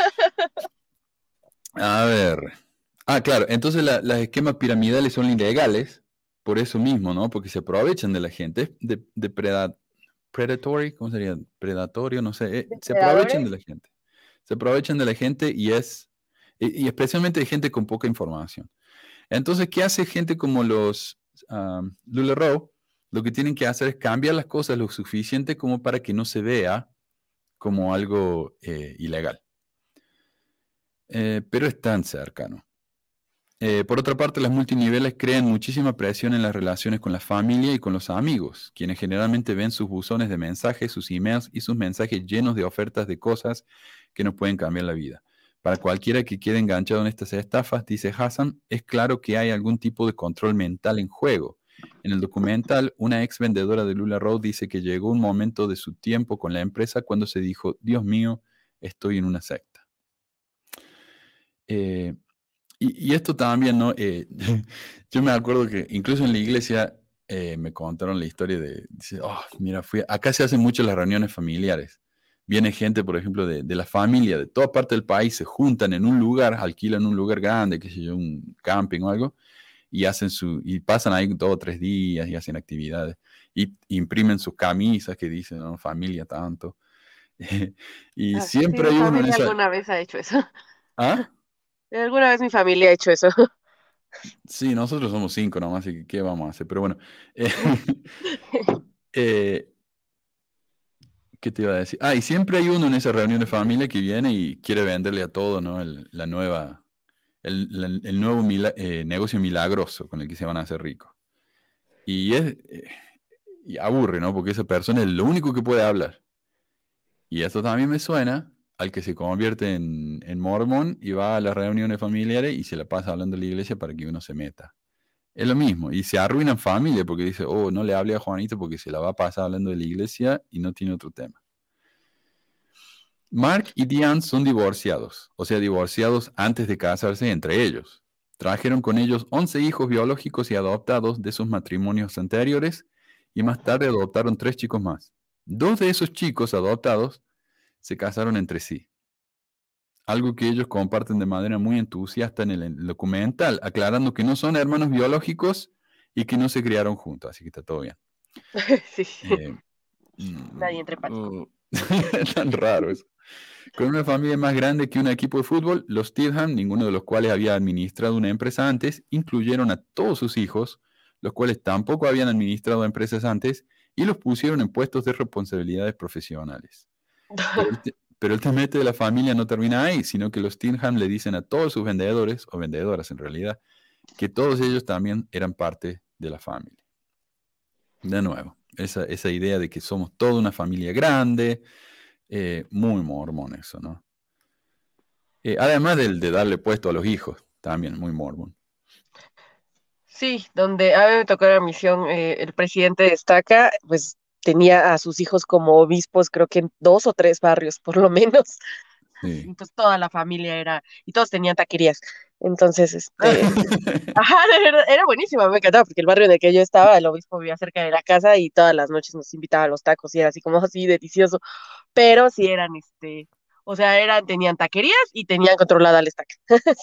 A ver. Ah, claro. Entonces las esquemas piramidales son ilegales por eso mismo, ¿no? Porque se aprovechan de la gente. Es de predatory, ¿cómo sería? Predatorio, no sé. Se aprovechan de Depredadores. la gente. Se aprovechan de la gente y especialmente de gente con poca información. Entonces, ¿qué hace gente como los LuLaRoe? Lo que tienen que hacer es cambiar las cosas lo suficiente como para que no se vea como algo ilegal. Pero es tan cercano. Por otra parte, las multiniveles crean muchísima presión en las relaciones con la familia y con los amigos, quienes generalmente ven sus buzones de mensajes, sus emails y sus mensajes llenos de ofertas de cosas que nos pueden cambiar la vida. Para cualquiera que quede enganchado en estas estafas, dice Hassan, es claro que hay algún tipo de control mental en juego. En el documental, una ex vendedora de LuLaRoe dice que llegó un momento de su tiempo con la empresa cuando se dijo, Dios mío, estoy en una secta. Y esto también, ¿no? Yo me acuerdo que incluso en la iglesia me contaron la historia dice, oh, mira, acá se hacen mucho las reuniones familiares. Viene gente, por ejemplo, de la familia, de toda parte del país, se juntan en un lugar, alquilan un lugar grande, qué sé yo, un camping o algo, y pasan ahí 2 o 3 días y hacen actividades. Y imprimen sus camisas que dicen, ¿no? Familia tanto. Y Ah, sí, siempre mi hay uno en familia esa... alguna vez ha hecho eso. ¿Ah? Alguna vez mi familia ha hecho eso. Sí, nosotros somos 5 nomás, así que ¿qué vamos a hacer? Pero bueno, eh, eh, ¿qué te iba a decir? Ah, y siempre hay uno en esa reunión de familia que viene y quiere venderle a todo, ¿no? El nuevo negocio milagroso con el que se van a hacer ricos. Y aburre, ¿no? Porque esa persona es lo único que puede hablar. Y esto también me suena al que se convierte en mormón y va a las reuniones familiares y se la pasa hablando de la iglesia para que uno se meta. Es lo mismo, y se arruinan familia porque dice, oh, no le hable a Juanito porque se la va a pasar hablando de la iglesia y no tiene otro tema. Mark y Diane son divorciados, o sea, divorciados antes de casarse entre ellos. Trajeron con ellos 11 hijos biológicos y adoptados de sus matrimonios anteriores y más tarde adoptaron 3 chicos más. 2 de esos chicos adoptados se casaron entre sí, algo que ellos comparten de manera muy entusiasta en el documental, aclarando que no son hermanos biológicos y que no se criaron juntos, así que está todo bien. Sí, Eh, nadie entre pánico. Tan raro eso. Con una familia más grande que un equipo de fútbol, los Tidham, ninguno de los cuales había administrado una empresa antes, incluyeron a todos sus hijos, los cuales tampoco habían administrado empresas antes, y los pusieron en puestos de responsabilidades profesionales. Pero el temete de la familia no termina ahí, sino que los Tidham le dicen a todos sus vendedores, o vendedoras en realidad, que todos ellos también eran parte de la familia. De nuevo, esa idea de que somos toda una familia grande, Muy mormón eso, ¿no? Además de darle puesto a los hijos, también muy mormón. Sí, donde a mí me tocó la misión, el presidente destaca, pues tenía a sus hijos como obispos, creo que en 2 o 3 barrios, por lo menos. Sí. Entonces toda la familia era, y todos tenían taquerías. Entonces, ajá, era buenísimo, me encantaba, porque el barrio en el que yo estaba, el obispo vivía cerca de la casa y todas las noches nos invitaba a los tacos y era así como así delicioso. Pero sí eran, o sea, tenían taquerías y tenían controlada la estaca.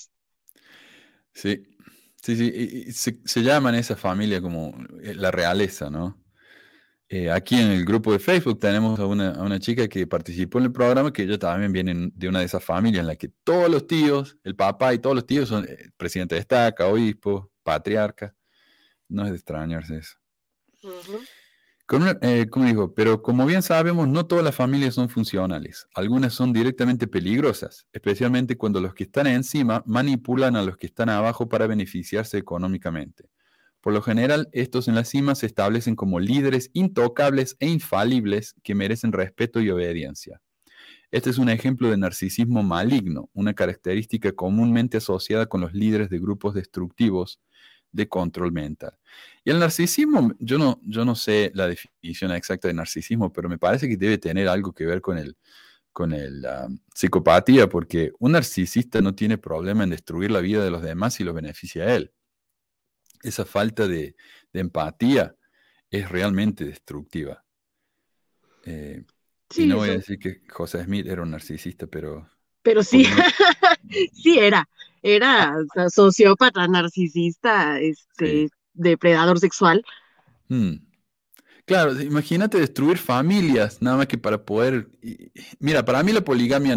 Sí, sí, sí. Y se llaman esa familia como la realeza, ¿no? Aquí en el grupo de Facebook tenemos a una chica que participó en el programa, que ella también viene de una de esas familias en la que todos los tíos, el papá y todos los tíos son presidente de estaca, obispo, patriarca. No es de extrañarse eso. Ujú. Como digo, pero como bien sabemos, no todas las familias son funcionales. Algunas son directamente peligrosas, especialmente cuando los que están encima manipulan a los que están abajo para beneficiarse económicamente. Por lo general, estos en la cima se establecen como líderes intocables e infalibles que merecen respeto y obediencia. Este es un ejemplo de narcisismo maligno, una característica comúnmente asociada con los líderes de grupos destructivos de control mental. Y el narcisismo, yo no sé la definición exacta de narcisismo, pero me parece que debe tener algo que ver con el psicopatía, porque un narcisista no tiene problema en destruir la vida de los demás si lo beneficia a él. Esa falta de empatía es realmente destructiva. Y Sí, no voy a decir que José Smith era un narcisista, pero pero por sí, lo menos... sí Ah, era o sea, sociópata, narcisista, sí. depredador sexual. Mm. Claro, imagínate destruir familias, nada más que para poder... Mira, para mí la poligamia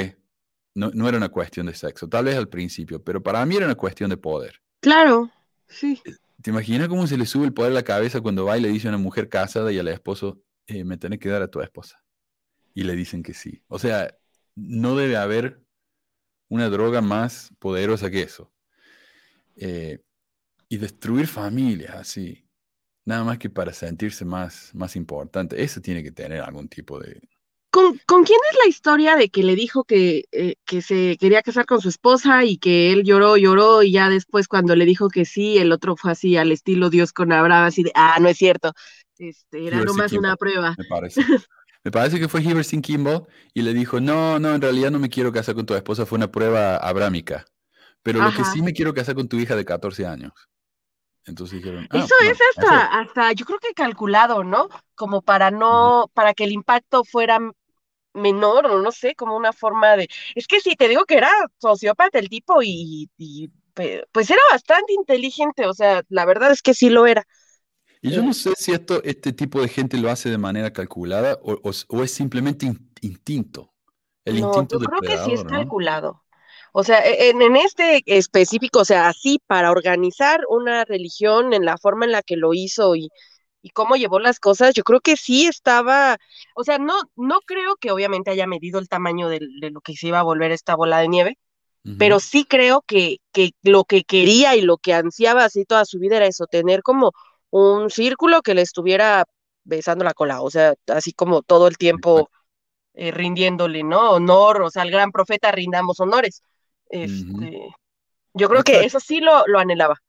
no era una cuestión de sexo, tal vez al principio, pero para mí era una cuestión de poder. Claro, sí. ¿Te imaginas cómo se le sube el poder a la cabeza cuando va y le dice a una mujer casada y al esposo, me tenés que dar a tu esposa? Y le dicen que sí. O sea, no debe haber una droga más poderosa que eso. Eh, y destruir familias así, nada más que para sentirse más importante. Eso tiene que tener algún tipo de... ¿Con quién es la historia de que le dijo que se quería casar con su esposa y que él lloró, lloró y ya después cuando le dijo que sí, el otro fue así al estilo Dios con Abraham, así de, no es cierto, era Heber C. nomás una Kimball, prueba. me parece. Me parece que fue Heber C. Kimball y le dijo, no, no, en realidad no me quiero casar con tu esposa, fue una prueba abrámica. Pero lo que Ajá. sí me quiero casar con tu hija de 14 años. Entonces dijeron, Eso es bueno, mejor. hasta, yo creo que calculado, ¿no? Como Ujú. para que el impacto fuera menor, o no sé, como una forma de. Es que sí, te digo que era sociópata el tipo pues era bastante inteligente, o sea, la verdad es que sí lo era. Y yo Eh, no sé si este tipo de gente lo hace de manera calculada o es simplemente instinto, el no, instinto yo creo que sí es depredador, ¿no? calculado. O sea, en este específico, o sea, así para organizar una religión en la forma en la que lo hizo y cómo llevó las cosas, yo creo que sí estaba, o sea, no creo que obviamente haya medido el tamaño de lo que se iba a volver esta bola de nieve, pero Ujú. sí creo que lo que quería y lo que ansiaba así toda su vida era eso, tener como un círculo que le estuviera besando la cola, o sea, así como todo el tiempo Exacto. rindiéndole, ¿no? Honor, o sea, al gran profeta rindamos honores. Ujú. Yo creo que Exacto, eso sí lo anhelaba.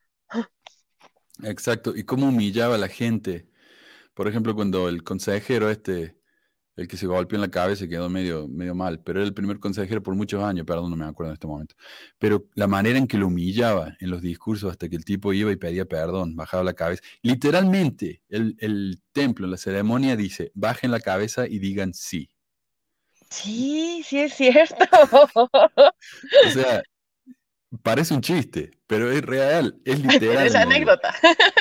exacto. Y cómo humillaba a la gente. Por ejemplo, cuando el consejero el que se golpeó en la cabeza, quedó medio mal, pero era el primer consejero por muchos años, perdón, no me acuerdo en este momento. Pero la manera en que lo humillaba en los discursos hasta que el tipo iba y pedía perdón, bajaba la cabeza. Literalmente, el templo, en la ceremonia dice, bajen la cabeza y digan sí. Sí, sí es cierto. O sea, parece un chiste, pero es real, es Pero literal es el medio. anécdota.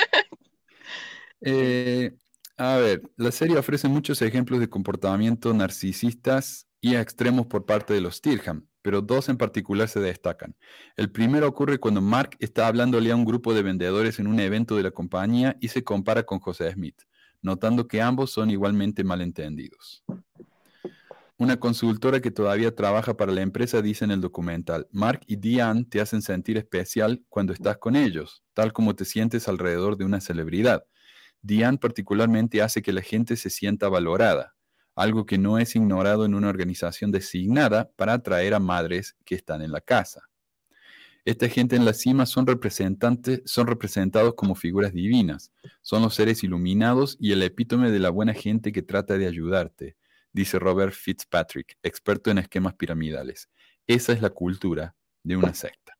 Eh, a ver, la serie ofrece muchos ejemplos de comportamiento narcisistas y extremos por parte de los Stirham, pero dos en particular se destacan. El primero ocurre cuando Mark está hablándole a un grupo de vendedores en un evento de la compañía y se compara con José Smith, notando que ambos son igualmente malentendidos. Una consultora que todavía trabaja para la empresa dice en el documental, Mark y Diane te hacen sentir especial cuando estás con ellos, tal como te sientes alrededor de una celebridad. Diane particularmente hace que la gente se sienta valorada. algo que no es ignorado en una organización designada para atraer a madres que están en la casa. Esta gente en la cima son representados como figuras divinas, son los seres iluminados y el epítome de la buena gente que trata de ayudarte, dice Robert Fitzpatrick, experto en esquemas piramidales. Esa es la cultura de una secta.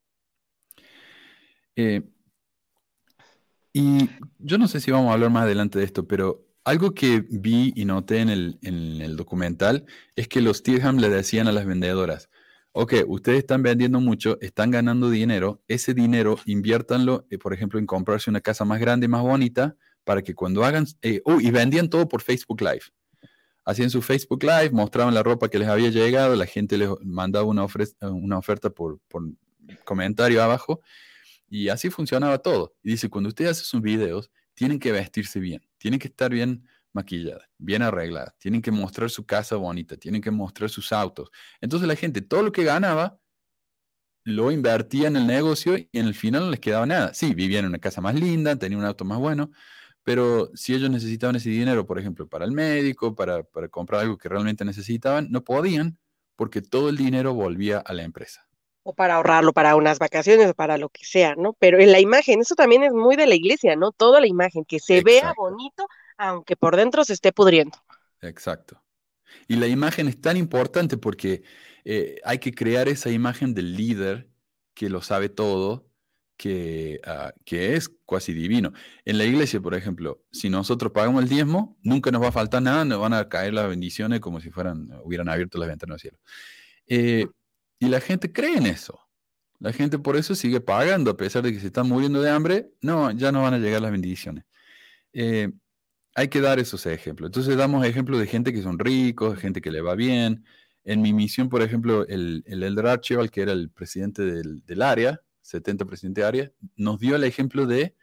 Y yo no sé si vamos a hablar más adelante de esto, pero algo que vi y noté en el documental es que los Tirham le decían a las vendedoras, ok, ustedes están vendiendo mucho, están ganando dinero, ese dinero inviértanlo, por ejemplo, en comprarse una casa más grande, más bonita, para que cuando hagan, y vendían todo por Facebook Live. Hacían su Facebook Live, mostraban la ropa que les había llegado, la gente les mandaba una oferta por comentario abajo, y así funcionaba todo. Y dice, cuando ustedes hacen sus videos, tienen que vestirse bien, tienen que estar bien maquilladas, bien arregladas, tienen que mostrar su casa bonita, tienen que mostrar sus autos. Entonces la gente, todo lo que ganaba, lo invertía en el negocio y en el final no les quedaba nada. Sí, vivían en una casa más linda, tenían un auto más bueno, pero si ellos necesitaban ese dinero, por ejemplo, para el médico, para comprar algo que realmente necesitaban, no podían porque todo el dinero volvía a la empresa. O para ahorrarlo para unas vacaciones o para lo que sea, ¿no? Pero en la imagen, eso también es muy de la iglesia, ¿no? Toda la imagen, que se vea Exacto, bonito, aunque por dentro se esté pudriendo. exacto. Y la imagen es tan importante porque hay que crear esa imagen del líder que lo sabe todo, que es casi divino. En la iglesia, por ejemplo, si nosotros pagamos el diezmo, nunca nos va a faltar nada, nos van a caer las bendiciones como si hubieran abierto las ventanas del cielo. Y la gente cree en eso. La gente por eso sigue pagando, a pesar de que se están muriendo de hambre, no, ya no van a llegar las bendiciones. Hay que dar esos ejemplos. Entonces damos ejemplos de gente que son ricos, de gente que le va bien. En mi misión, por ejemplo, el Elder Archibald, que era el presidente del área, 70 presidente de área, nos dio el ejemplo de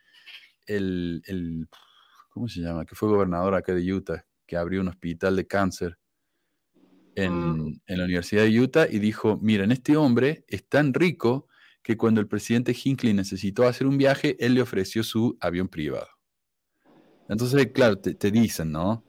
¿cómo se llama? Que fue gobernador acá de Utah, que abrió un hospital de cáncer en la Universidad de Utah y dijo, miren, este hombre es tan rico que cuando el presidente Hinckley necesitó hacer un viaje, él le ofreció su avión privado. Entonces, claro, te dicen, ¿no?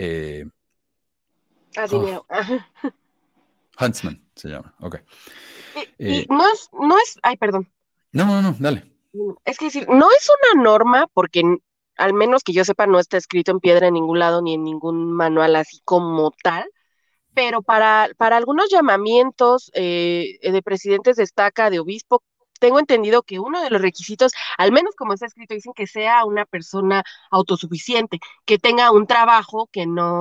Así mira. Huntsman se llama, ok. Y no es, ay, perdón. No, dale. Es que decir, no es una norma, porque al menos que yo sepa, no está escrito en piedra en ningún lado ni en ningún manual así como tal, pero para algunos llamamientos de presidentes de estaca, de obispo, tengo entendido que uno de los requisitos, al menos como está escrito, dicen que sea una persona autosuficiente, que tenga un trabajo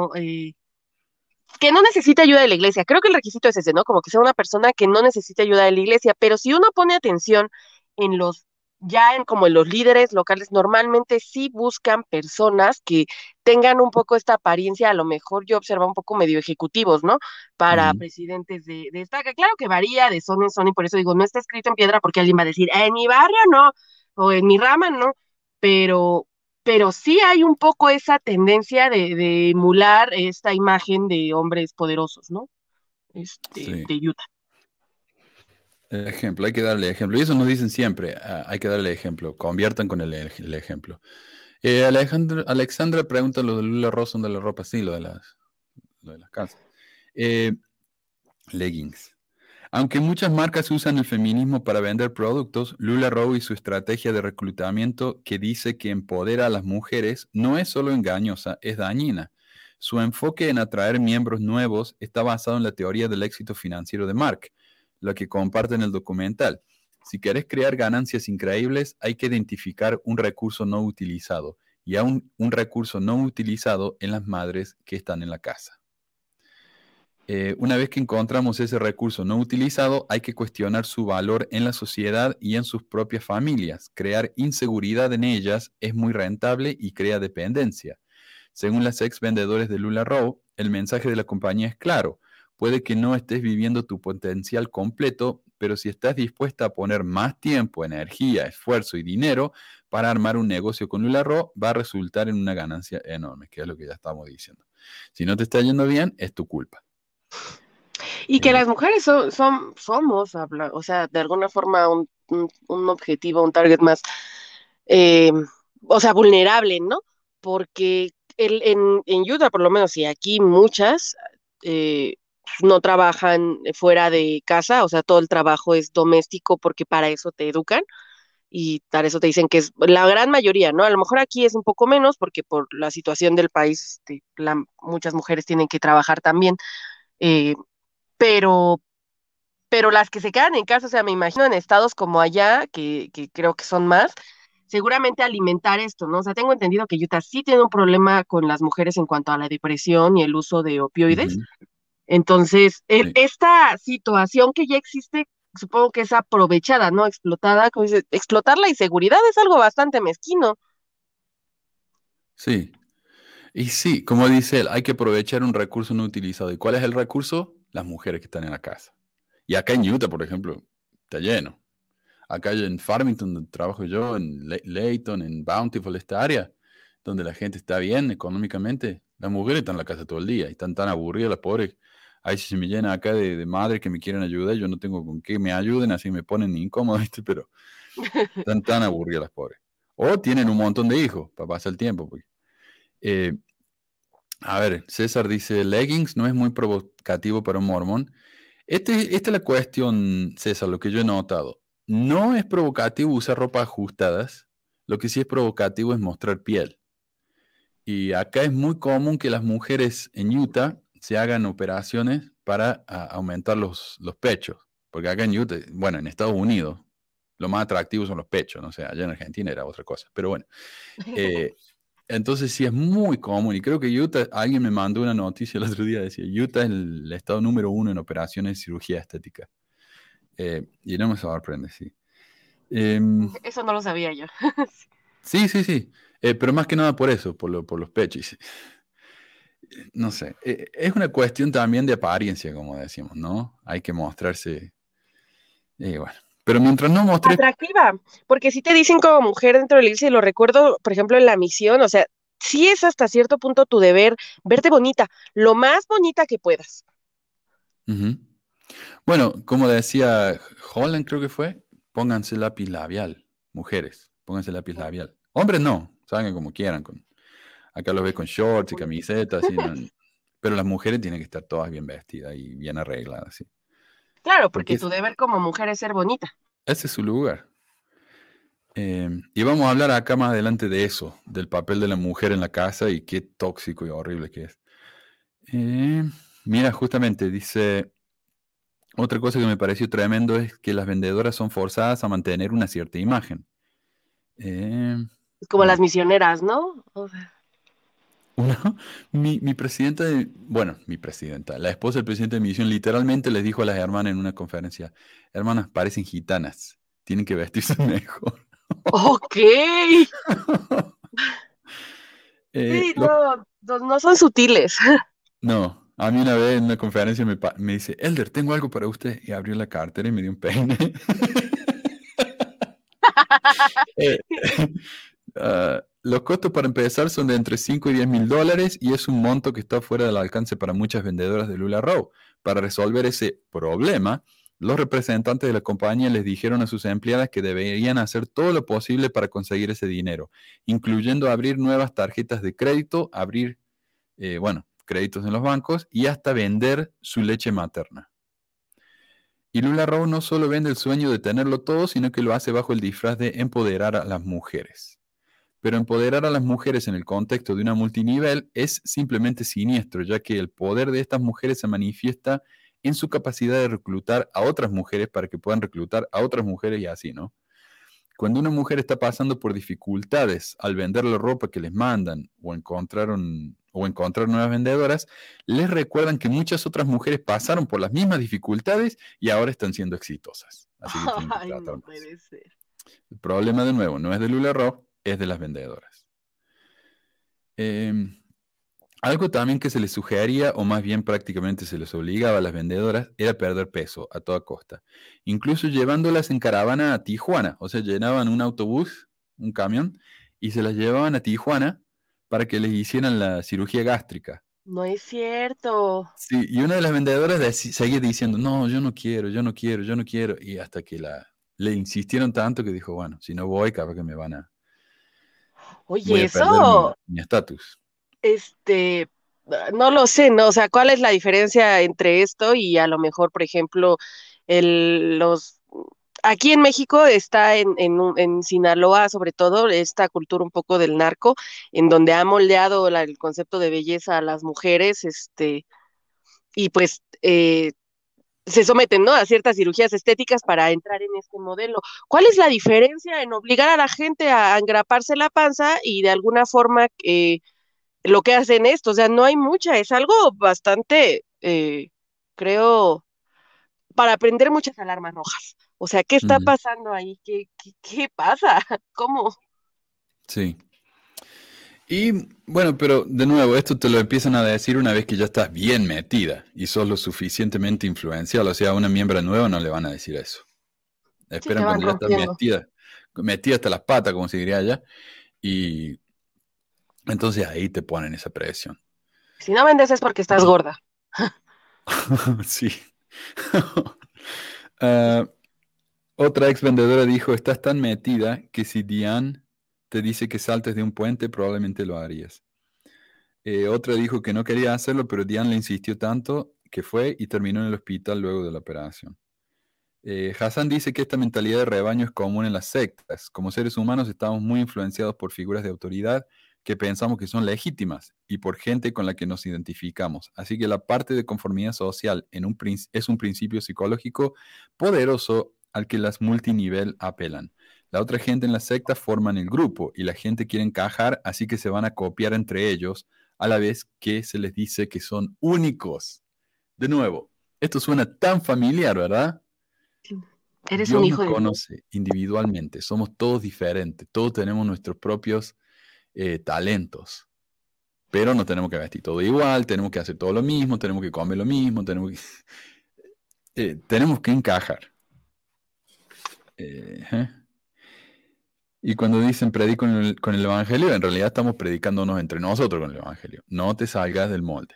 que no necesita ayuda de la iglesia. Creo que el requisito es ese, ¿no? Como que sea una persona que no necesite ayuda de la iglesia, pero si uno pone atención en como en los líderes locales, normalmente sí buscan personas que tengan un poco esta apariencia, a lo mejor yo observo un poco medio ejecutivos, ¿no? Para Ujú. presidentes de estaca. Claro que varía de zona en zona y por eso digo, no está escrito en piedra porque alguien va a decir, en mi barrio no, o en mi rama no, pero sí hay un poco esa tendencia de emular esta imagen de hombres poderosos, ¿no? Sí, De Utah. el ejemplo, hay que darle ejemplo. Y eso nos dicen siempre, hay que darle ejemplo, conviertan con el ejemplo. Alexandra pregunta lo de Lula Rosa, de la ropa, sí, lo de las casas. Leggings. Aunque muchas marcas usan el feminismo para vender productos, LuLaRoe y su estrategia de reclutamiento que dice que empodera a las mujeres no es solo engañosa, es dañina. Su enfoque en atraer miembros nuevos está basado en la teoría del éxito financiero de Mark, la que comparte en el documental. Si querés crear ganancias increíbles, hay que identificar un recurso no utilizado y aún un recurso no utilizado en las madres que están en la casa. Una vez que encontramos ese recurso no utilizado, hay que cuestionar su valor en la sociedad y en sus propias familias. Crear inseguridad en ellas es muy rentable y crea dependencia. Según las ex vendedores de LuLaRoe, el mensaje de la compañía es claro. Puede que no estés viviendo tu potencial completo, pero si estás dispuesta a poner más tiempo, energía, esfuerzo y dinero para armar un negocio con LuLaRoe, va a resultar en una ganancia enorme, que es lo que ya estamos diciendo. Si no te está yendo bien, es tu culpa. Y que las mujeres somos, o sea, de alguna forma un objetivo, un target más, eh, o sea, vulnerable, ¿no? Porque en Utah, por lo menos, y aquí muchas no trabajan fuera de casa, o sea, todo el trabajo es doméstico porque para eso te educan y para eso te dicen que es la gran mayoría, ¿no? A lo mejor aquí es un poco menos porque por la situación del país, muchas mujeres tienen que trabajar también, eh, pero, pero las que se quedan en casa, o sea, me imagino en estados como allá, que creo que son más, seguramente alimentar esto, ¿no? O sea, tengo entendido que Utah sí tiene un problema con las mujeres en cuanto a la depresión y el uso de opioides. Ujú, Entonces, sí. esta situación que ya existe, supongo que es aprovechada, ¿no? Explotada, como dices, explotar la inseguridad es algo bastante mezquino. Sí. Y sí, como dice él, hay que aprovechar un recurso no utilizado. ¿Y cuál es el recurso? Las mujeres que están en la casa. Y acá en Utah, por ejemplo, está lleno. Acá en Farmington, donde trabajo yo, en Layton, en Bountiful, esta área, donde la gente está bien económicamente, las mujeres están en la casa todo el día y están tan aburridas las pobres. Ahí se me llena acá de madres que me quieren ayudar, yo no tengo con qué me ayuden, así me ponen incómodo, ¿viste? Pero están tan aburridas las pobres. O tienen un montón de hijos para pasar el tiempo. Pues. Eh, a ver, César dice, leggings no es muy provocativo para un mormón. Esta es la cuestión, César, lo que yo he notado. No es provocativo usar ropa ajustadas, lo que sí es provocativo es mostrar piel. Y acá es muy común que las mujeres en Utah se hagan operaciones para aumentar los pechos. Porque acá en Utah, bueno, en Estados Unidos, lo más atractivo son los pechos, no sé, allá en Argentina era otra cosa. Pero bueno, eh, entonces sí es muy común. Y creo que Utah, alguien me mandó una noticia el otro día, decía, Utah es el estado número 1 en operaciones de cirugía estética. Y no me sorprende, sí. Em, Eso no lo sabía yo. sí, sí, sí. Pero más que nada por eso, por los pechos. No sé. Es una cuestión también de apariencia, como decimos, ¿no? Hay que mostrarse. Bueno. Pero mientras no mostres. Atractiva, porque si te dicen como mujer dentro del ILSS, y lo recuerdo, por ejemplo, en la misión, o sea, sí es hasta cierto punto tu deber verte bonita, lo más bonita que puedas. Ujú. Bueno, como decía Holland, creo que fue, pónganse lápiz labial, mujeres, pónganse lápiz labial. Hombres no, salgan como quieran. Acá los ves con shorts y camisetas, pero las mujeres tienen que estar todas bien vestidas y bien arregladas, sí. Claro, Porque porque tu deber como mujer es ser bonita. ese es su lugar. Y vamos a hablar acá más adelante de eso, del papel de la mujer en la casa y qué tóxico y horrible que es. Eh, Mira, justamente dice, otra cosa que me pareció tremendo es que las vendedoras son forzadas a mantener una cierta imagen. Eh, Como las bueno, misioneras, ¿no? O sea, una- mi presidenta, bueno, mi presidenta, la esposa del presidente de misión literalmente les dijo a las hermanas en una conferencia, hermanas, parecen gitanas, tienen que vestirse mejor. ok. Eh, Sí, lo- no son sutiles. no, a mí una vez en una conferencia me dice, Elder, tengo algo para usted, y abrió la cartera y me dio un peine. Eh, los costos para empezar son de entre 5 y 10 mil dólares y es un monto que está fuera del alcance para muchas vendedoras de LuLaRoe. Para resolver ese problema, los representantes de la compañía les dijeron a sus empleadas que deberían hacer todo lo posible para conseguir ese dinero, incluyendo abrir nuevas tarjetas de crédito, abrir, créditos en los bancos y hasta vender su leche materna. Y LuLaRoe no solo vende el sueño de tenerlo todo, sino que lo hace bajo el disfraz de empoderar a las mujeres. Pero empoderar a las mujeres en el contexto de una multinivel es simplemente siniestro, ya que el poder de estas mujeres se manifiesta en su capacidad de reclutar a otras mujeres para que puedan reclutar a otras mujeres y así, ¿no? Cuando una mujer está pasando por dificultades al vender la ropa que les mandan o encontrar nuevas vendedoras, les recuerdan que muchas otras mujeres pasaron por las mismas dificultades y ahora están siendo exitosas. Así que tienen que Ay, tratar no más. puede ser. El problema, de nuevo, no es de LuLaRoe, es de las vendedoras. Em, Algo también que se les sugería, o más bien prácticamente se les obligaba a las vendedoras, era perder peso a toda costa. Incluso llevándolas en caravana a Tijuana. O sea, llenaban un autobús, un camión, y se las llevaban a Tijuana para que les hicieran la cirugía gástrica. No es cierto. Sí, y una de las vendedoras seguía diciendo, no, yo no quiero, yo no quiero, yo no quiero. Y hasta que le insistieron tanto que dijo, bueno, si no voy, capaz que voy Oye, a perder mi eso estatus. Este, no lo sé, ¿no? O sea, ¿cuál es la diferencia entre esto y a lo mejor, por ejemplo, los aquí en México está en Sinaloa, sobre todo, esta cultura un poco del narco, en donde ha moldeado el concepto de belleza a las mujeres, y pues se someten, ¿no? A ciertas cirugías estéticas para entrar en este modelo. ¿Cuál es la diferencia en obligar a la gente a engraparse la panza y de alguna forma lo que hacen esto? O sea, no hay mucha, es algo bastante, creo, para prender muchas alarmas rojas. O sea, ¿qué está Ujú. pasando ahí? ¿Qué pasa? ¿Cómo? Sí. Y bueno, pero de nuevo, esto te lo empiezan a decir una vez que ya estás bien metida y sos lo suficientemente influencial. O sea, a una miembro nueva no le van a decir eso. Sí, te Esperan van cuando ya estás rompiendo. metida hasta las patas, como se diría allá, y entonces ahí te ponen esa presión. Si no vendes es porque estás gorda. Sí. Ah, otra ex vendedora dijo, estás tan metida que si Diane te dice que saltes de un puente, probablemente lo harías. Otra dijo que no quería hacerlo, pero Diane le insistió tanto que fue y terminó en el hospital luego de la operación. Hassan dice que esta mentalidad de rebaño es común en las sectas. Como seres humanos estamos muy influenciados por figuras de autoridad que pensamos que son legítimas y por gente con la que nos identificamos. Así que la parte de conformidad social es un principio psicológico poderoso al que las multinivel apelan. La otra gente en la secta forman el grupo y la gente quiere encajar, así que se van a copiar entre ellos a la vez que se les dice que son únicos. De nuevo, esto suena tan familiar, ¿verdad? Eres un Dios nos hijo de Dios. conoce individualmente, somos todos diferentes, todos tenemos nuestros propios talentos, pero no tenemos que vestir todo igual, tenemos que hacer todo lo mismo, tenemos que comer lo mismo, tenemos que encajar. ¿Eh? Y cuando dicen predico con el Evangelio, en realidad estamos predicándonos entre nosotros con el Evangelio. No te salgas del molde.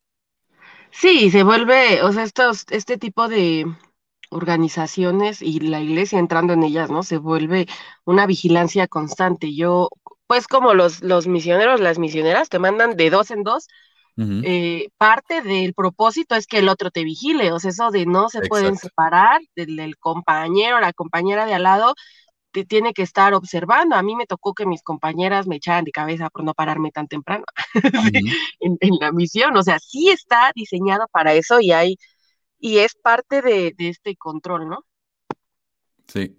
Sí, se vuelve, o sea, este tipo de organizaciones y la iglesia entrando en ellas, ¿no? Se vuelve una vigilancia constante. Yo, pues como los misioneros, las misioneras te mandan de dos en dos, Ujú. parte del propósito es que el otro te vigile, o sea, eso de no se pueden Exacto. separar del compañero, la compañera de al lado, te tiene que estar observando. A mí me tocó que mis compañeras me echaran de cabeza por no pararme tan temprano sí, Ujú. en la misión, o sea, sí está diseñado para eso y es parte de este control, ¿no? Sí.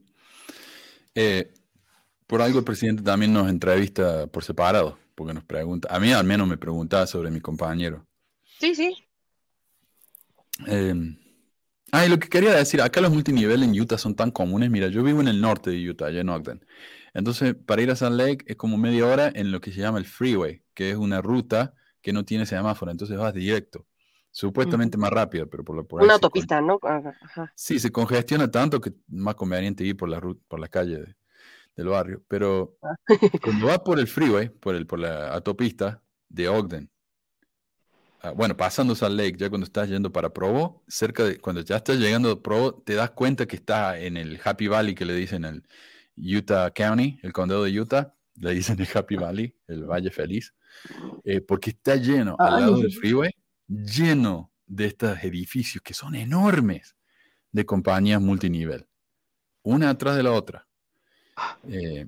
Eh, por algo el presidente también nos entrevista por separado, porque nos pregunta, a mí al menos me preguntaba sobre mi compañero. Sí, sí. Eh, y lo que quería decir, acá los multinivel en Utah son tan comunes. Mira, yo vivo en el norte de Utah, allá en Ogden. Entonces, para ir a Salt Lake es como media hora en lo que se llama el freeway, que es una ruta que no tiene semáforo, entonces vas directo. Ujú. Supuestamente más rápido, pero por ahí Una autopista, ¿no? Ajá, ajá. sí, se congestiona tanto que es más conveniente ir por por la calle del barrio. Pero cuando vas por el freeway, por la autopista de Ogden, bueno, pasando Salt Lake, ya cuando estás yendo para Provo, cuando ya estás llegando a Provo, te das cuenta que está en el Happy Valley que le dicen el Utah County, el condado de Utah, le dicen el Happy Valley, el Valle Feliz, porque está lleno, al Ay, lado del freeway, lleno de estos edificios que son enormes de compañías multinivel, una atrás de la otra. Eh,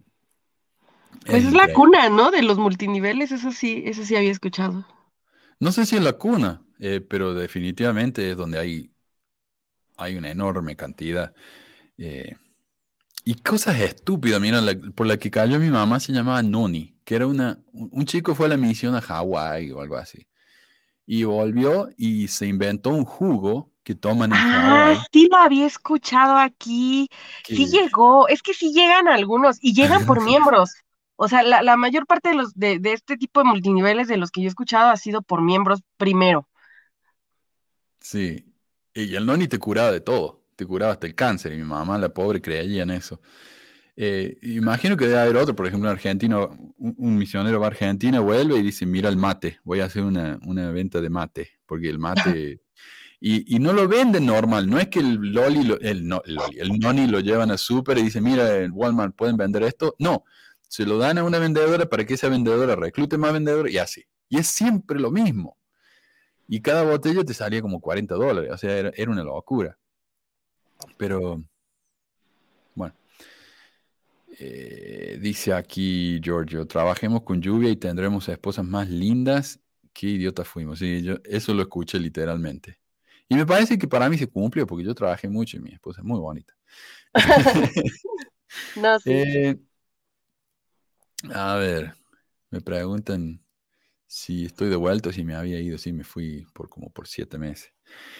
es pues es la increíble. cuna, ¿no? De los multiniveles, eso sí había escuchado. No sé si es la cuna, pero definitivamente es donde hay una enorme cantidad. eh, Y cosas estúpidas, mira, por la que cayó mi mamá se llamaba Noni, que era un chico fue a la misión a Hawái o algo así. Y volvió y se inventó un jugo que toman en Ah, Hawái, sí lo había escuchado aquí. Sí que llegó. Es que sí llegan algunos y llegan por miembros. O sea, la mayor parte de este tipo de multiniveles de los que yo he escuchado ha sido por miembros primero. sí, y el Noni te curaba de todo, te curaba hasta el cáncer, y mi mamá, la pobre, creía en eso. Imagino que debe haber otro, por ejemplo, un argentino, un misionero va a Argentina, vuelve y dice, mira el mate, voy a hacer una venta de mate, porque el mate. Y no lo venden normal, no es que el Loli, el Noni lo llevan a súper y dicen, mira, en Walmart pueden vender esto. No, se lo dan a una vendedora para que esa vendedora reclute más vendedores y así. Y es siempre lo mismo. Y cada botella te salía como $40. O sea, era una locura. Pero, bueno. Dice aquí Giorgio, trabajemos con lluvia y tendremos esposas más lindas. Qué idiotas fuimos. Sí, eso lo escuché literalmente. Y me parece que para mí se cumplió porque yo trabajé mucho y mi esposa es muy bonita. No, sí. A ver, me preguntan si estoy de vuelta o si me había ido. Sí, me fui como por 7 meses.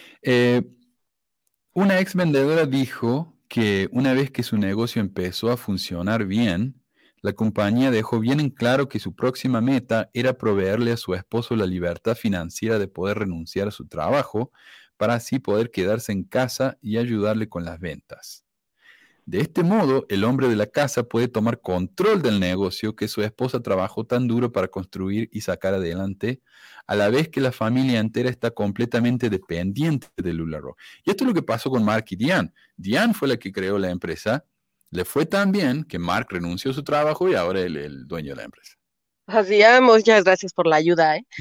Una ex vendedora dijo que una vez que su negocio empezó a funcionar bien, la compañía dejó bien en claro que su próxima meta era proveerle a su esposo la libertad financiera de poder renunciar a su trabajo para así poder quedarse en casa y ayudarle con las ventas. De este modo, el hombre de la casa puede tomar control del negocio que su esposa trabajó tan duro para construir y sacar adelante, a la vez que la familia entera está completamente dependiente de LuLaRoe. Y esto es lo que pasó con Mark y Diane. Diane fue la que creó la empresa, le fue tan bien que Mark renunció a su trabajo y ahora es el dueño de la empresa. Así, muchas gracias por la ayuda, ¿eh?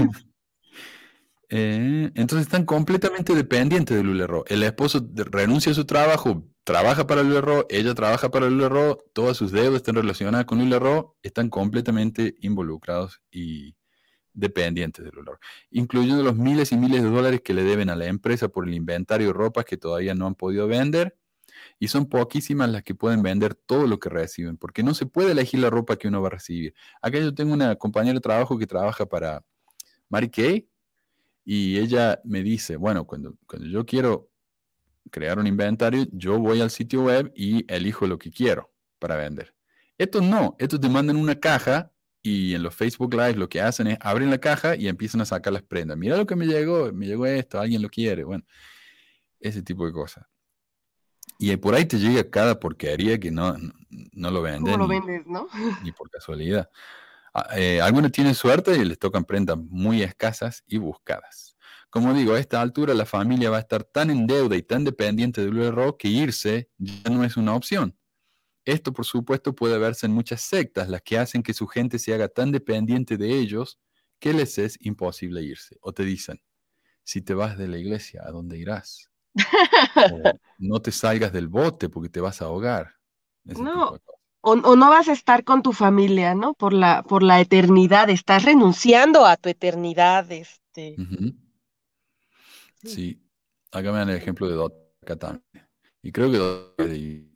Entonces están completamente dependientes de LuLaRoe. El esposo renuncia a su trabajo, trabaja para LuLaRoe, ella trabaja para LuLaRoe, todas sus deudas están relacionadas con LuLaRoe, están completamente involucrados y dependientes de LuLaRoe, incluyendo los miles y miles de dólares que le deben a la empresa por el inventario de ropas que todavía no han podido vender, y son poquísimas las que pueden vender todo lo que reciben, porque no se puede elegir la ropa que uno va a recibir. Acá yo tengo una compañera de trabajo que trabaja para Mary Kay, y ella me dice, bueno, cuando yo quiero crear un inventario, yo voy al sitio web y elijo lo que quiero para vender. Estos no, estos te mandan una caja y en los Facebook Live lo que hacen es abren la caja y empiezan a sacar las prendas. Mira lo que me llegó esto, alguien lo quiere. Bueno, ese tipo de cosas. Y por ahí te llega cada porquería que no lo venden. ¿Cómo lo vendes, no? Ni por casualidad. Algunos tienen suerte y les tocan prendas muy escasas y buscadas. Como digo, a esta altura la familia va a estar tan en deuda y tan dependiente de LuLaRoe que irse ya no es una opción. Esto, por supuesto, puede verse en muchas sectas, las que hacen que su gente se haga tan dependiente de ellos que les es imposible irse. O te dicen, si te vas de la iglesia, ¿a dónde irás? O no te salgas del bote porque te vas a ahogar. Ese tipo No, de cosas. o no vas a estar con tu familia, ¿no? Por la eternidad, estás renunciando a tu eternidad, Ujú. Sí. Sí, acá me dan el ejemplo de Dota también. Y creo que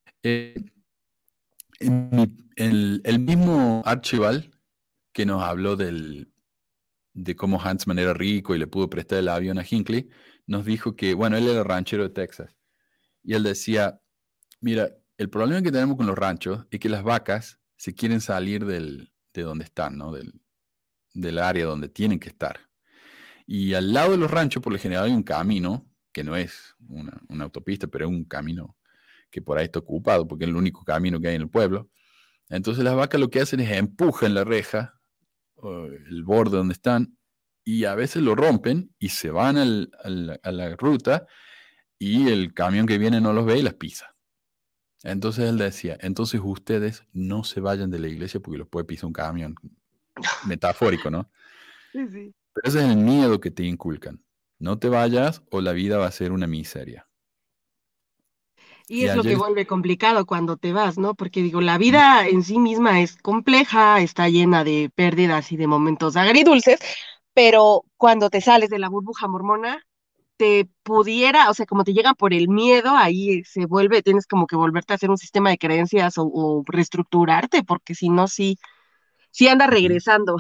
el mismo Archibald que nos habló de cómo Huntsman era rico y le pudo prestar el avión a Hinckley, nos dijo que, bueno, él era ranchero de Texas. Y él decía, mira, el problema que tenemos con los ranchos es que las vacas se quieren salir de donde están, ¿no? Del área donde tienen que estar. Y al lado de los ranchos, por lo general, hay un camino, que no es una autopista, pero es un camino que por ahí está ocupado, porque es el único camino que hay en el pueblo. Entonces las vacas lo que hacen es empujan la reja, o el borde donde están, y a veces lo rompen y se van a la ruta, y el camión que viene no los ve y las pisa. Entonces él decía, entonces ustedes no se vayan de la iglesia porque los puede pisar un camión. Metafórico, ¿no? Sí, sí. Pero ese es el miedo que te inculcan. No te vayas o la vida va a ser una miseria. Y Y es lo que ayer... vuelve complicado cuando te vas, ¿no? Porque digo, la vida en sí misma es compleja, está llena de pérdidas y de momentos agridulces, pero cuando te sales de la burbuja mormona, te pudiera, o sea, como te llegan por el miedo, ahí se vuelve, tienes como que volverte a hacer un sistema de creencias o reestructurarte, porque si no, sí anda Ujú. regresando.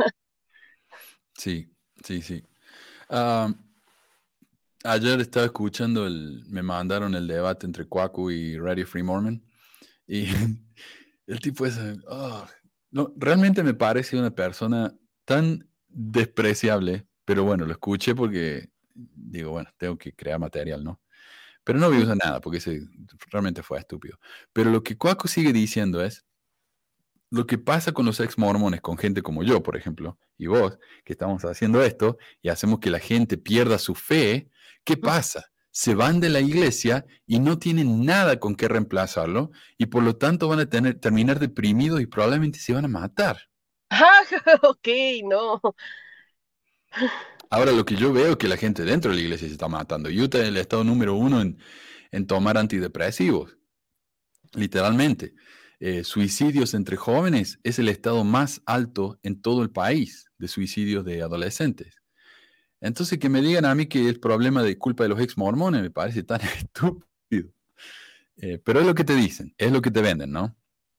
Sí, sí, sí. Ah, ayer estaba escuchando, me mandaron el debate entre Kwaku y Radio Free Mormon. Y el tipo es, no, realmente me parece una persona tan despreciable, pero bueno, lo escuché porque digo, bueno, tengo que crear material, ¿no? Pero no vi usar nada porque realmente fue estúpido. Pero lo que Kwaku sigue diciendo es, lo que pasa con los ex mormones, con gente como yo, por ejemplo, y vos, que estamos haciendo esto y hacemos que la gente pierda su fe, ¿qué pasa? Se van de la iglesia y no tienen nada con qué reemplazarlo y por lo tanto van a terminar deprimidos y probablemente se van a matar. Ah, ok, no. Ahora lo que yo veo es que la gente dentro de la iglesia se está matando. Utah es el estado número uno en tomar antidepresivos, literalmente. Suicidios entre jóvenes es el estado más alto en todo el país de suicidios de adolescentes. Entonces que me digan a mí que es problema de culpa de los ex mormones me parece tan estúpido. Pero es lo que te dicen, es lo que te venden, ¿no?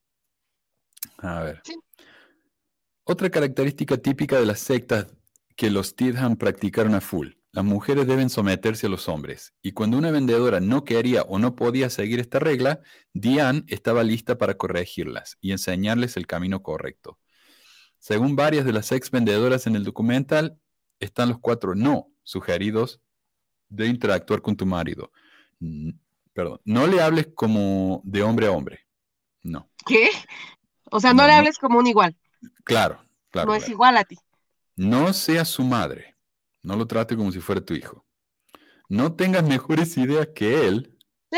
A ver. Sí. Otra característica típica de las sectas que los Tidham practicaron a full. Las mujeres deben someterse a los hombres. Y cuando una vendedora no quería o no podía seguir esta regla, Diane estaba lista para corregirlas y enseñarles el camino correcto. Según varias de las ex vendedoras en el documental, están los 4 no sugeridos de interactuar con tu marido. Perdón, no le hables como de hombre a hombre. No. ¿Qué? O sea, no No, le no. hables como un igual. Claro. No es igual a ti. No seas su madre. No lo trate como si fuera tu hijo. No tengas mejores ideas que él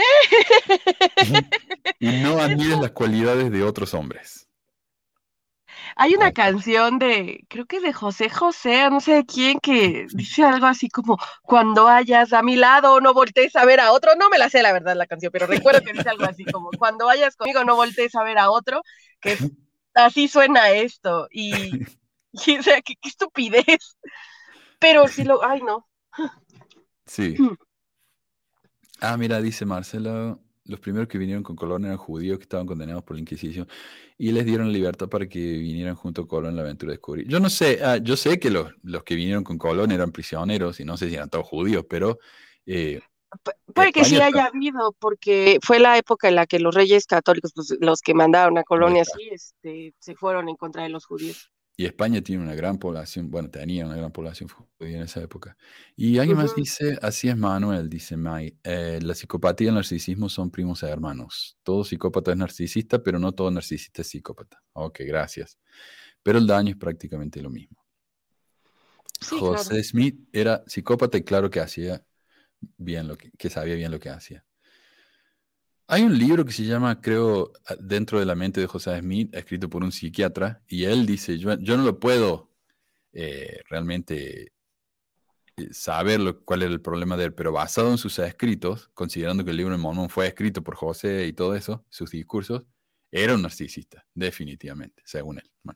y no admires las cualidades de otros hombres. Hay una Ahí está. canción de, creo que de José José, o no sé de quién, que dice algo así como, cuando vayas a mi lado, no voltees a ver a otro. No me la sé la verdad la canción, pero recuerdo que dice algo así como, cuando vayas conmigo, no voltees a ver a otro, que es, así suena esto. Y o sea, qué estupidez. Pero sí ay no. Sí. Mira, dice Marcelo, los primeros que vinieron con Colón eran judíos que estaban condenados por la Inquisición y les dieron libertad para que vinieran junto a Colón en la aventura de descubrir. Yo no sé, yo sé que los que vinieron con Colón eran prisioneros y no sé si eran todos judíos, pero Puede que sí España haya habido, porque fue la época en la que los reyes católicos, pues, los que mandaron a ahí Colonia está. así, se fueron en contra de los judíos. Y España tiene una gran población, bueno, tenía una gran población judía en esa época. Y alguien más dice, así es Manuel, dice May, la psicopatía y el narcisismo son primos hermanos. Todo psicópata es narcisista, pero no todo narcisista es psicópata. Ok, gracias. Pero el daño es prácticamente lo mismo. Sí, claro. José Smith era psicópata y claro que hacía bien que sabía bien lo que hacía. Hay un libro que se llama, creo, Dentro de la mente de José Smith, escrito por un psiquiatra, y él dice, yo no lo puedo realmente saber cuál era el problema de él, pero basado en sus escritos, considerando que el libro de Mormón fue escrito por José y todo eso, sus discursos, era un narcisista, definitivamente, según él. Bueno.